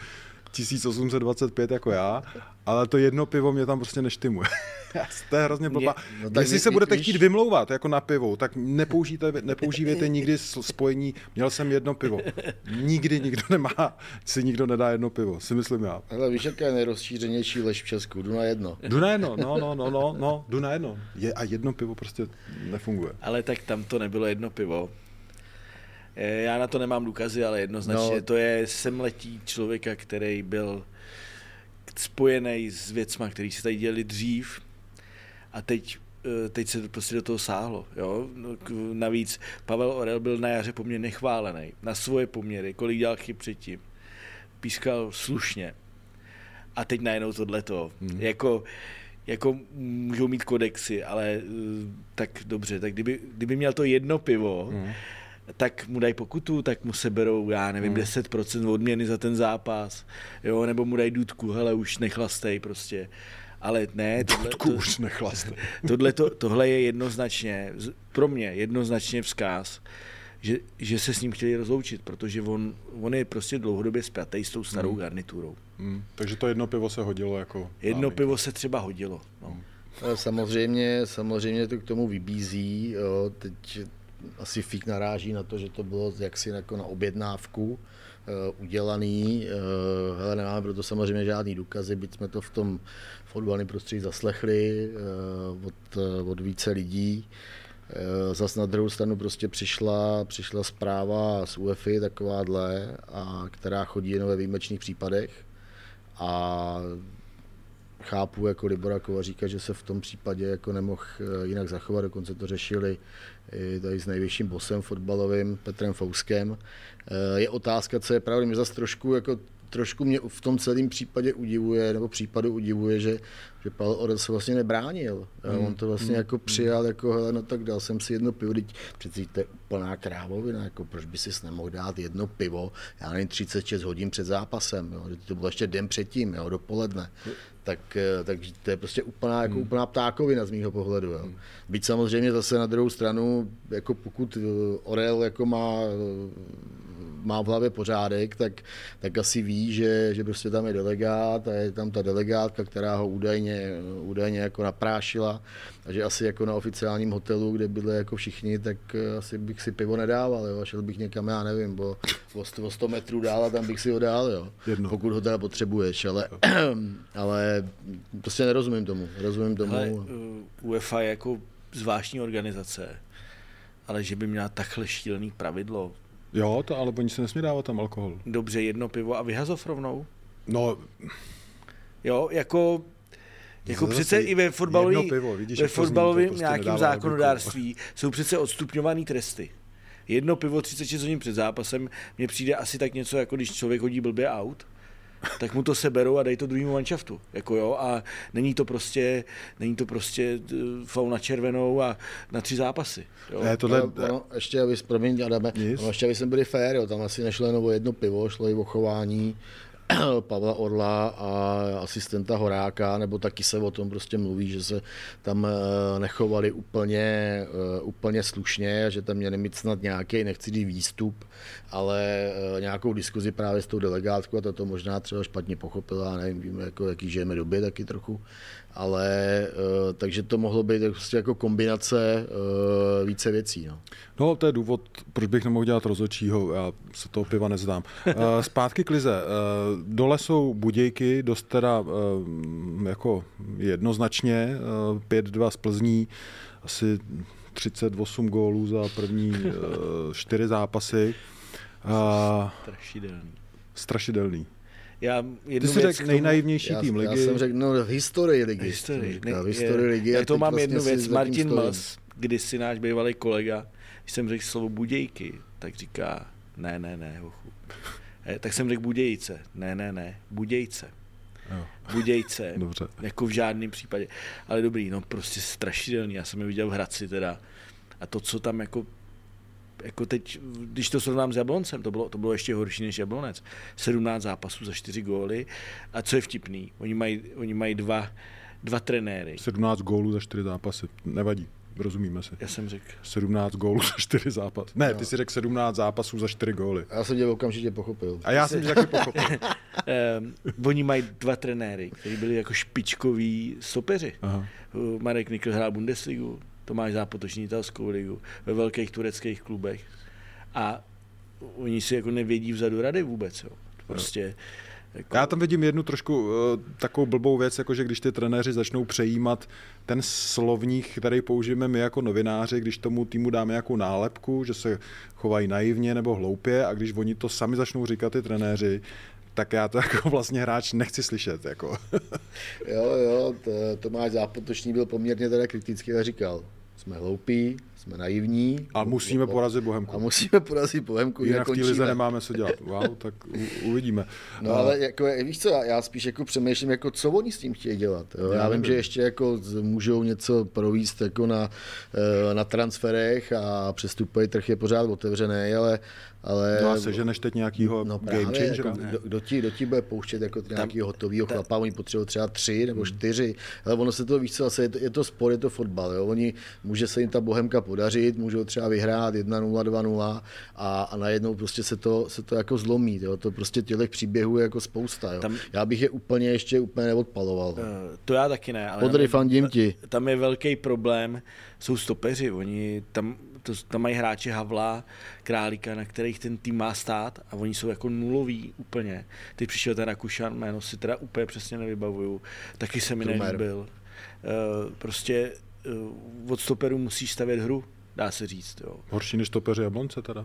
1825 jako já, ale to jedno pivo mě tam prostě neštymuje. To je hrozně blbá. Jestli se budete chtít vymlouvat jako na pivo, tak nepoužívejte nikdy spojení, měl jsem jedno pivo. Nikdy nikdo nikdo nedá jedno pivo, si myslím já. Ale víš, jaká je nejrozšířenější lež v Česku? Jdu na jedno, jdu na jedno. A jedno pivo prostě nefunguje. Ale tak tam to nebylo jedno pivo. Já na to nemám důkazy, ale jednoznačně to je semletí člověka, který byl spojený s věcma, který se tady dělali dřív a teď se prostě do toho sáhlo. Jo? Navíc Pavel Orel byl na jaře poměrně nechválený na svoje poměry, kolik dělal chyb předtím. Pískal slušně. A teď najednou tohleto. Jako můžou mít kodexy, ale tak dobře, tak kdyby měl to jedno pivo, tak mu dají pokutu, tak mu seberou, já nevím, 10% odměny za ten zápas, jo, nebo mu dají důtku, hele, už nechlastej prostě. Ale ne, už nechlastej. Tohle je jednoznačně, pro mě jednoznačně vzkaz, že se s ním chtěli rozloučit, protože on je prostě dlouhodobě spjatý s tou starou garniturou. Takže to jedno pivo se hodilo jako... Jedno pivo se třeba hodilo, no. Samozřejmě to k tomu vybízí, jo, teď asi Fík naráží na to, že to bylo jaksi jako na objednávku udělaný. Hele, nemáme proto samozřejmě žádný důkazy, byť jsme to v tom fotbalním prostředí zaslechli od více lidí. Zas na druhou stranu prostě přišla zpráva z UEFA takováhle, která chodí jen ve výjimečných případech. A chápu jako Libora Kovaříka, že se v tom případě jako nemohl jinak zachovat, dokonce to řešili tady s nejvyšším bosem fotbalovým Petrem Fouskem. Je otázka, co je pravda, mě zase trošku mě v tom celém případě udivuje, že Pavel Orel se vlastně nebránil. On to vlastně jako přijal, jako hele, no tak dal jsem si jedno pivo, teď přeci to je úplná krávovina, jako proč by si nemohl dát jedno pivo, já nevím, 36 hodin před zápasem, jo, že to bylo ještě den předtím, jo, dopoledne. Tak to je prostě úplná ptákovina z mýho pohledu. Jo. Byť samozřejmě zase na druhou stranu, jako pokud Orel jako má v hlavě pořádek, tak asi ví, že prostě tam je delegát a je tam ta delegátka, která ho údajně jako naprášila a že asi jako na oficiálním hotelu, kde byli jako všichni, tak asi bych si pivo nedával, jo. Šel bych někam, já nevím, o 100 metrů dál a tam bych si ho dál, jo. Pokud ho teda potřebuješ, ale prostě nerozumím tomu. Ale UEFA je jako zvláštní organizace, ale že by měla takhle šílený pravidlo. Jo, ale oni se nesmí dávat tam alkohol. Dobře, jedno pivo a vyhazov rovnou? No. Jo, jako přece i ve fotbalovém nějakým zákonodárství jsou přece odstupňované tresty. Jedno pivo 36 hodin před zápasem mně přijde asi tak něco, jako když člověk hodí blbě aut, tak mu to seberou a dají to druhému manšaftu. Jako jo, a není to prostě faul na červenou a na 3 zápasy. Jo. Ještě, aby jsme byli fér, jo, tam asi nešlo jen o jedno pivo, šlo i o chování Pavla Orla a asistenta Horáka, nebo taky se o tom prostě mluví, že se tam nechovali úplně slušně, že tam měli mít snad nějaký, nechci říct výstup, ale nějakou diskuzi právě s tou delegátkou a to možná třeba špatně pochopila, nevím, víme, jako, jaký žijeme doby taky trochu, ale takže to mohlo být prostě jako kombinace více věcí. No, to je důvod, proč bych nemohl dělat rozhodčího, já se toho piva nezdám. Zpátky k lize. Dole jsou Budějky, dost teda jako jednoznačně, 5-2 z Plzní, asi 38 gólů za první 4 zápasy. Strašidelný. Ty jsi řekl nejnaivnější tým ligy. Já jsem řekl, v historii ligy. V historii ligy. Já to mám jednu věc. Martin Mls, kdysi náš bývalý kolega, když jsem řekl slovo Budějky, tak říká, ne, hochu. Tak jsem řekl Budějce. Ne, Budějce. Jo. Budějce. Dobře. Jako v žádném případě. Ale dobrý, prostě strašidelný. Já jsem je viděl v Hradci teda. A to, co tam jako teď, když to srovnám s Jabloncem, to bylo ještě horší než Jablonec. 17 zápasů za 4 góly. A co je vtipný, oni mají dva trenéry. 17 gólů za 4 zápasy, nevadí, rozumíme si. Já jsem řekl 17 gólů za 4 zápasy. Ne, ty si řekl 17 zápasů za 4 góly. Já jsem tě okamžitě pochopil. A já jsem tě taky pochopil. Oni mají 2 trenéry, kteří byli jako špičkoví stopeři. Aha. Marek Nikl hrál Bundesligu, Tomáš Zápotočný italskou ligu, ve velkých tureckých klubech. A oni si jako nevědí vzadu rady vůbec. Jo. Prostě, jako... Já tam vidím jednu trošku takovou blbou věc, jako že když ty trenéři začnou přejímat ten slovník, který použijeme my jako novináři, když tomu týmu dáme nějakou nálepku, že se chovají naivně nebo hloupě, a když oni to sami začnou říkat ty trenéři, tak já to jako vlastně hráč nechci slyšet. Jako. Jo, Tomáš Zápotočný byl poměrně teda kritický a říkal, jsme hloupí, jsme naivní. A musíme porazit Bohemku. Jinak v té lize nemáme co dělat. Wow, tak uvidíme. No ale jako, víš co, já spíš jako přemýšlím, jako, co oni s tím chtějí dělat. Jo? Já vím, že ještě jako můžou něco províst jako na transferech a přestupový trh je pořád otevřený, ale no a seženeš teď nějakýho game changera? Jako, kdo ti bude pouštět jako nějakýho hotovýho chlapa, oni potřebují třeba 3 nebo 4, ale ono se to, víš co, je to sport, je to fotbal, jo? Může se jim ta Bohemka podařit, můžou třeba vyhrát 1-0, 2-0 a najednou prostě se to jako zlomí, jo? To prostě těch příběhů je jako spousta, jo? Já bych je úplně neodpaloval. To já taky ne, ale Podry, fandím ti. Tam je velký problém, jsou stopeři, oni tam mají hráče Havla, Králíka, na kterých ten tým má stát a oni jsou jako nuloví úplně. Teď přišel ten Rakušan, jméno si teda úplně přesně nevybavuju, taky se mi nelíbil. Prostě od stoperů musíš stavět hru, dá se říct. Jo. Horší než stopeři Jablonce teda?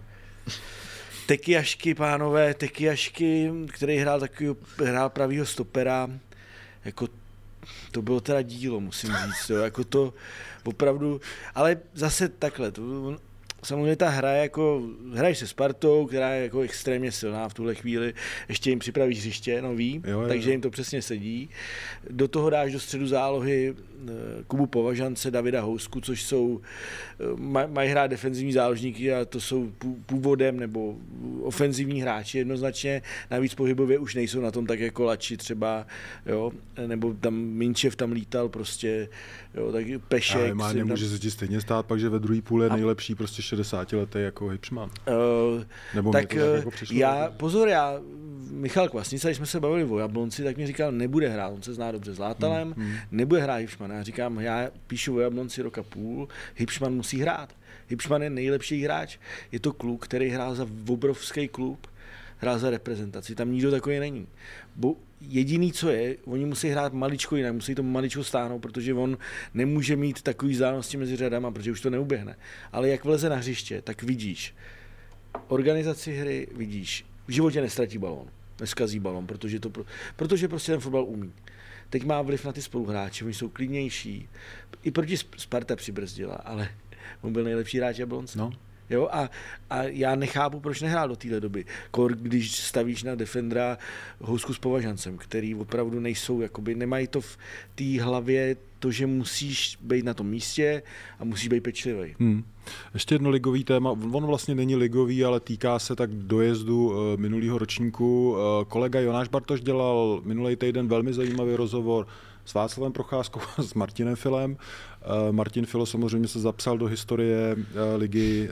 Tekyjašky, který hrál pravýho stopera, jako to bylo teda dílo, musím říct, jo, jako to opravdu, ale zase takhle, samozřejmě ta hra hraješ se Spartou, která je jako extrémně silná v tuhle chvíli, ještě jim připravíš hřiště nový, takže jim to přesně sedí. Do toho dáš do středu zálohy Kubu Považance, Davida Housku, což jsou, mají hrát defenzivní záložníky a to jsou původem nebo ofenzivní hráči jednoznačně, navíc pohybově už nejsou na tom tak jako Lači třeba, jo, nebo tam Minčev tam lítal prostě, jo, tak Pešek. Ale nemůže se ti stejně stát pak, že ve druhé půle je nejlepší prostě 60letý jako Hipšman. Tak jako Michal Kvasnica, když jsme se bavili o Jablonci, tak mi říkal, nebude hrát, on se zná dobře s Látalem, nebude hrát Hipšman. Já říkám, já píšu o Jablonci roka půl, Hipšman musí hrát. Hipšman je nejlepší hráč, je to kluk, který hrál za obrovský klub, hrál za reprezentaci, tam nikdo takový není. Jediný, co je, oni musí hrát maličko jinak, musí to maličko stáhnout, protože on nemůže mít takový vzdálenosti mezi řadama, protože už to neuběhne. Ale jak vleze na hřiště, tak vidíš organizaci hry, vidíš, v životě nestratí balón, neskazí balón, protože prostě ten fotbal umí. Teď má vliv na ty spoluhráče, oni jsou klidnější. I proti Sparta přibrzdila, ale on byl nejlepší hráč Jablonce. No. Jo, a já nechápu, proč nehrál do téhle doby. Když stavíš na defendera Housku s Považancem, který opravdu nejsou, jakoby nemají to v té hlavě to, že musíš být na tom místě a musíš být pečlivý. Ještě jedno ligový téma, on vlastně není ligový, ale týká se tak dojezdu minulého ročníku. Kolega Jonáš Bartoš dělal minulý týden velmi zajímavý rozhovor s Václavem Procházkou a s Martinem Filem. Martin Filo samozřejmě se zapsal do historie ligy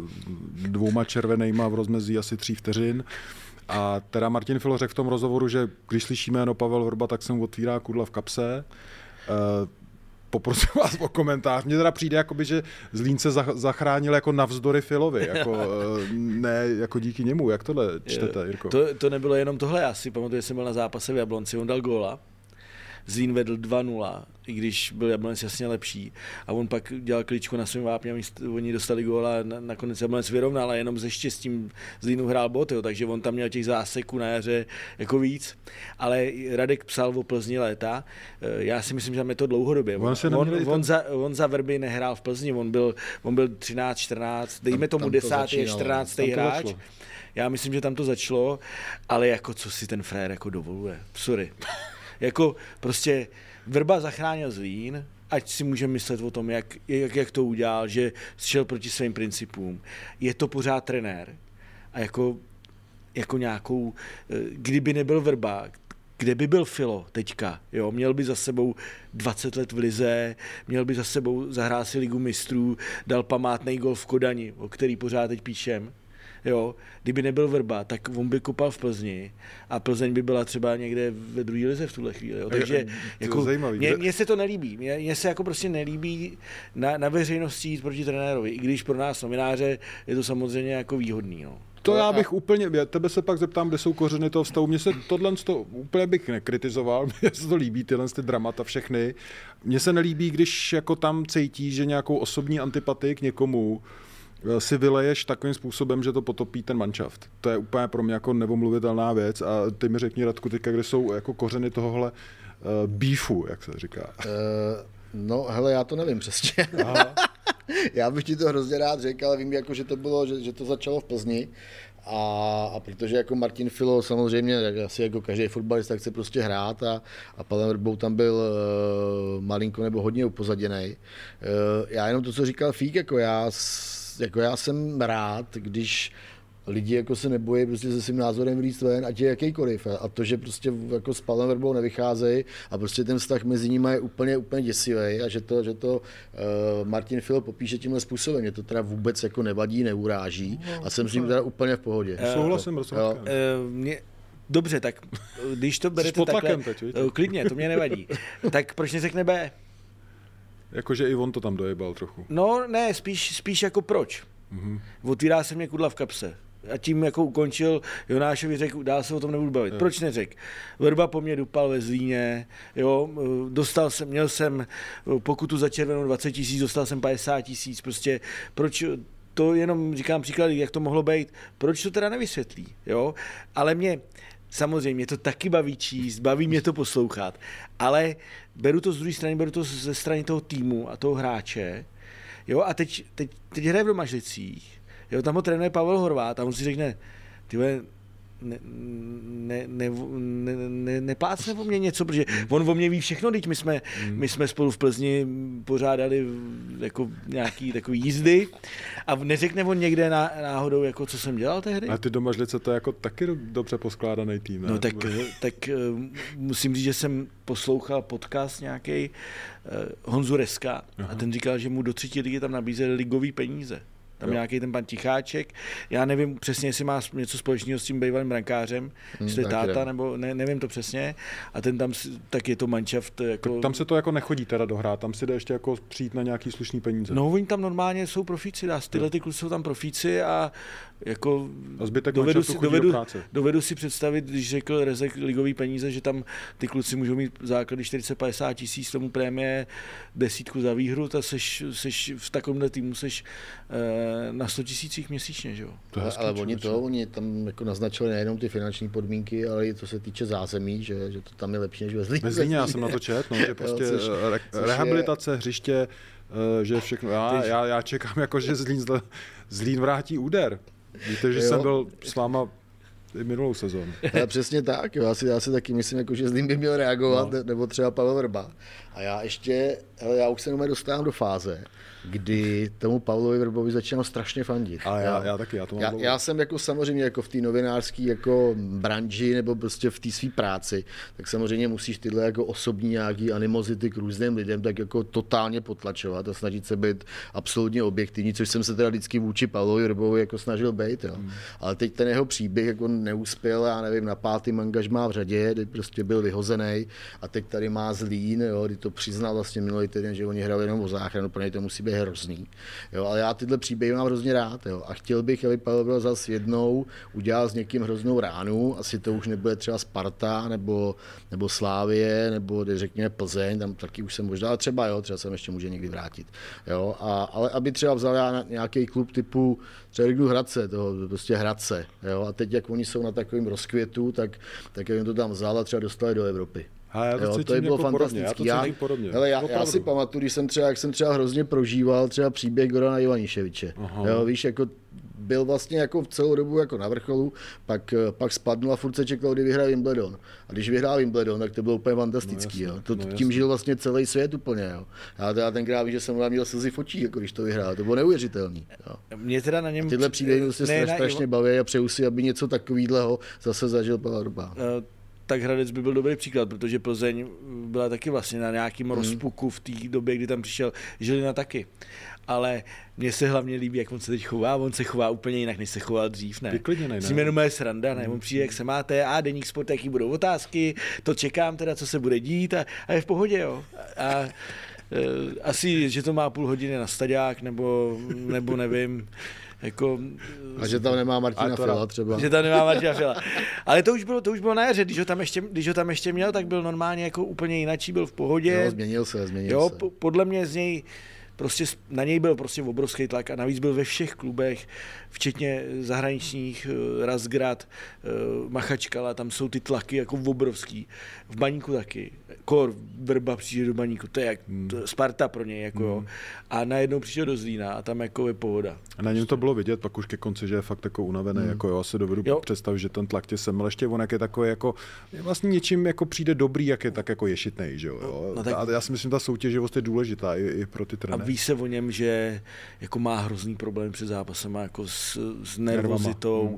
2 červenejma v rozmezí asi 3 vteřin. A teda Martin Filo řekl v tom rozhovoru, že když slyší jméno Pavel Vrba, tak se mu otvírá kudla v kapse. Poprosím vás o komentář. Mně teda přijde, jakoby, že Zlín se zachránil jako navzdory Filovi, jako, ne jako díky němu. Jak tohle čtete, Jirko? To nebylo jenom tohle, já si pamatuju, že jsem byl na zápase v Jablonci, on dal góla. Zlín vedl 2-0, i když byl Jablonec jasně lepší. A on pak dělal kličku na svém vápně a oni dostali góla a nakonec Jablonec vyrovnal a jenom se štěstím Zlínu hrál bod, jo, takže on tam měl těch záseků na jaře jako víc. Ale Radek psal o Plzni léta. Já si myslím, že tam je to dlouhodobě. On za Vrby nehrál v Plzni, on byl 13, 14, dejme tomu 10. 14. hráč. Já myslím, že tam to začalo, ale jako co si ten frér jako dovoluje. Sorry. Jako prostě Vrba zachránil Zlín, ať si můžeme myslet o tom, jak to udělal, že šel proti svým principům. Je to pořád trenér a jako nějakou, kdyby nebyl Vrba, kde by byl Filo teďka, jo, měl by za sebou 20 let v lize, měl by za sebou zahrát si Ligu mistrů, dal památný gol v Kodani, o který pořád teď píšem. Jo, kdyby nebyl Vrba, tak on by kopal v Plzni a Plzeň by byla třeba někde ve druhé lize v tuhle chvíli. Jo. Takže jako, mně se to nelíbí. Mně se jako prostě nelíbí na veřejnosti jít proti trenérovi, i když pro nás novináře je to samozřejmě jako výhodný. No. To já bych úplně, tebe se pak zeptám, kde jsou kořeny toho vztahu. Mně se tohle úplně bych nekritizoval, mně se to líbí, tyhle ty dramata všechny. Mně se nelíbí, když jako tam cítí, že nějakou osobní antipatii k někomu si vyleješ takovým způsobem, že to potopí ten manšaft. To je úplně pro mě jako nevomluvitelná věc a ty mi řekni, Radku, teďka, kde jsou jako kořeny tohohle beefu, jak se říká. No, hele, já to nevím přesně. Já bych ti to hrozně rád řekl, ale vím, jako, že to bylo, že to začalo v Plzni a protože jako Martin Filo samozřejmě, asi jako každý fotbalista chce prostě hrát a Pavel Vrbou tam byl malinko nebo hodně upozaděnej. Já jenom to, co říkal Fík, jako já jsem rád, když lidi jako se nebojí prostě se svým názorem říct ven, ať je jakýkoliv. A to, že prostě jako s Pavlem Vrbou nevycházejí a prostě ten vztah mezi nimi je úplně děsivý a že to Martin Filo popíše tímhle způsobem. Mě to teda vůbec jako nevadí, neuráží a jsem s ním teda úplně v pohodě. Souhlasím, dobře, tak když to berete takhle, klidně, to mě nevadí. Tak proč neřekne B? Jakože i on to tam dojebal trochu. No ne, spíš jako proč. Otvírá se mě kudla v kapse. A tím jako ukončil, Jonášovi řekl, dál se o tom nebudu bavit. Proč neřekl? Vrba po mně dupal ve Zlíně, jo, měl jsem pokutu za červenou 20 000, dostal jsem 50 000, prostě proč, to jenom říkám příklad, jak to mohlo být, proč to teda nevysvětlí, jo, ale samozřejmě to taky baví číst, baví mě to poslouchat, ale beru to z druhé strany, beru to ze strany toho týmu a toho hráče, jo, a teď hraje v Domažlicích, jo, tam ho trénuje Pavel Horváth a on si řekne, tyhle, neplácne o mě něco, protože on o mě ví všechno, teď my jsme spolu v Plzni pořádali jako nějaký takový jízdy a neřekne on někde náhodou, jako co jsem dělal tehdy. A ty Domažlice, to je jako taky dobře poskládaný tým, ne? No tak musím říct, že jsem poslouchal podcast nějaký Honzu Reska a ten říkal, že mu do 3. ligy tam nabízeli ligový peníze. Tam nějaký ten pan Ticháček. Já nevím přesně, jestli má něco společného s tím bývalým brankářem, jestli je táta, nebo nevím to přesně. A ten tam, tak je to manšaft. Jako... Tam se to jako nechodí teda dohrát, tam si jde ještě jako přijít na nějaký slušný peníze. No, oni tam normálně jsou profíci, tyhle ty kluci jsou tam profíci a jako a zbytek manšaftu chodí do práce. Dovedu si představit, když řekl Rezek ligový peníze, že tam ty kluci můžou mít základy 40-50 000, tomu prémie 10 za výhru, tak seš v takovémhle týmu seš na 100 000 měsíčně, že jo. Ale oni tam jako naznačili nejenom ty finanční podmínky, ale i co se týče zázemí, že to tam je lepší než ve Zlíně. Ve Zlíně, já jsem na to četl, že prostě rehabilitace, hřiště, že všechno. Já čekám, jako, že Zlín vrátí úder. Víte, že jsem byl s váma i minulou sezónu. Ale přesně tak, jo. Já si taky myslím, jako, že Zlín by měl reagovat, nebo třeba Pavel Vrba. A já už se dostávám do fáze, kdy tomu Pavlovi Vrbovi začínám strašně fandit. A já taky, já to mám já jsem jako samozřejmě jako v té novinářské jako branži nebo prostě v té své práci, tak samozřejmě musíš tyhle jako osobní nějaký animozity k různým lidem tak jako totálně potlačovat a snažit se být absolutně objektivní, což jsem se teda vždycky vůči Pavlovi Vrbovi jako snažil být. Jo. Ale teď ten jeho příběh jako neuspěl, já nevím, na 5. angažmá v řadě, kdy prostě byl vyhozený a teď tady má Zlín, jo, kdy to přiznal vlastně minulý týden, že oni hrali jenom o záchranu, pro něj to musí být hrozný. Jo, ale já tyhle příběhy mám hrozně rád. Jo, a chtěl bych, aby Pavel byl zase jednou udělal s někým hroznou ránu, asi to už nebude třeba Sparta nebo Slávie, nebo řekněme Plzeň, tam taky už jsem možná, ale třeba se ještě může někdy vrátit. Jo, ale aby třeba vzal nějaký klub typu třeba Riglu Hradce, toho prostě Hradce. Jo, a teď, jak oni jsou na takovém rozkvětu, tak jim to tam vzal a třeba dostali do Evropy. To by bylo fantastické. Já si pamatuju, když jak jsem třeba hrozně prožíval třeba příběh Gorana Ivaniševiče. Jo, víš, jako byl vlastně jako v celou dobu jako na vrcholu, pak spadnul a furt se čekal, kdy vyhraje Wimbledon. A když vyhrál Wimbledon, tak to bylo úplně fantastický. No jasně, tím žil vlastně celý svět úplně. Jo. Já tenkrát víš, že jsem měl slzy v očích, jako když to vyhrál. To bylo neuvěřitelný. Jo. Mě teda na něm... Tyhle příběhy se strašně baví a přeju si, aby něco takového zase zažil Pavel Vrba. Tak Hradec by byl dobrý příklad, protože Plzeň byla taky vlastně na nějakým rozpuku v té době, kdy tam přišel Žilina taky. Ale mně se hlavně líbí, jak on se teď chová. On se chová úplně jinak, než se choval dřív, ne? Vyklidněnej, S jménem je sranda, ne? On přijde, jak se máte, a Deník Sport, jaký budou otázky, to čekám teda, co se bude dít a je v pohodě, jo. A asi, že to má půl hodiny na staďák, nebo nevím, jako... A že tam nemá Martina Fila třeba. Že tam nemá Martina Fila. Ale to už bylo na jaře, když ho tam ještě měl, tak byl normálně jako úplně jinačí, byl v pohodě. Jo, změnil se. Podle mě z něj prostě na něj byl prostě obrovský tlak a navíc byl ve všech klubech, včetně zahraničních, Razgrad, Machačkala, tam jsou ty tlaky jako obrovský. V Baníku taky. Vrba přijde do Baníku, to je jak Sparta pro něj, jako jo. A najednou přišel do Zlína a tam jako je pohoda. A na něm to bylo vidět pak už ke konci, že je fakt jako unavený, jako jo, asi dovedu představit, že ten tlak tě sem, ale ještě on jak je takový jako, vlastně něčím jako přijde dobrý, jak je tak jako ješitnej, že jo. No, tak... A já si myslím, ta soutěživost je důležitá i pro ty trenéry. A ví se o něm, že jako má hrozný problém před zápasem, jako s nervozitou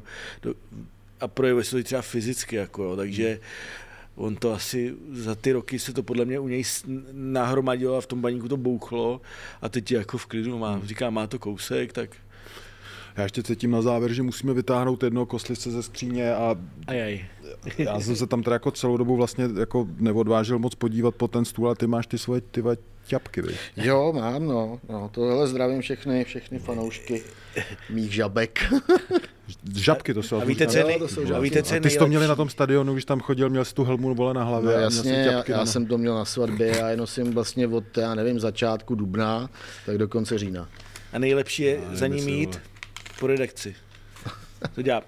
a projevuje se to třeba fyzicky, jako jo, takže on to asi za ty roky se to podle mě u něj nahromadilo a v tom Baníku to bouchlo a teď je jako v klidu, má to kousek, tak... Já ještě cítím na závěr, že musíme vytáhnout jednoho kostlivce ze skříně a já jsem se tam teda jako celou dobu vlastně jako neodvážil moc podívat po ten stůl, ale ty máš ty svoje ťapky, viď? Jo, mám, no. Tohle zdravím všechny fanoušky mých žabek. Žabky to jsou. A víte ceny? A ty jsi to měli na tom stadionu, když tam chodil, měl jsi tu helmu vole na hlavě. No, jasně, já jsem to měl na svatbě a nosím vlastně od, začátku dubna, tak do konce října. A nejlepší je za ním jít po redakci. To dělá.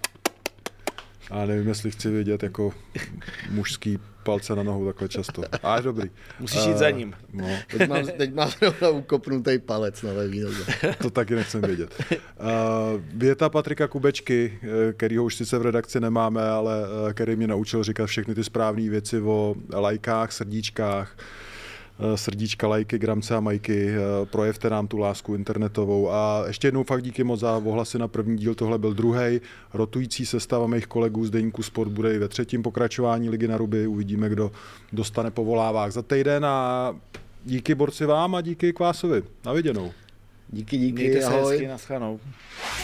A nevím, jestli chci vidět jako mužský palce na nohu takhle často. Až dobrý. Musíš jít za ním. No. Teď mám zrovna ukopnutý palec na levý noze. To taky nechcem vědět. Věta Patrika Kubečky, kterýho už sice v redakci nemáme, ale který mě naučil říkat všechny ty správné věci o lajkách, srdíčkách, srdíčka, lajky, gramce a majky, projevte nám tu lásku internetovou. A ještě jednou fakt díky moc za ohlasy na první díl, tohle byl druhý. Rotující sestava mých kolegů z Deníku Sport bude i ve 3. pokračování Ligy na ruby, uvidíme, kdo dostane po volávách za týden a díky borci vám a díky Kvásovi. Na viděnou. Díky, Mějte se ahoj. hezky, naschledanou.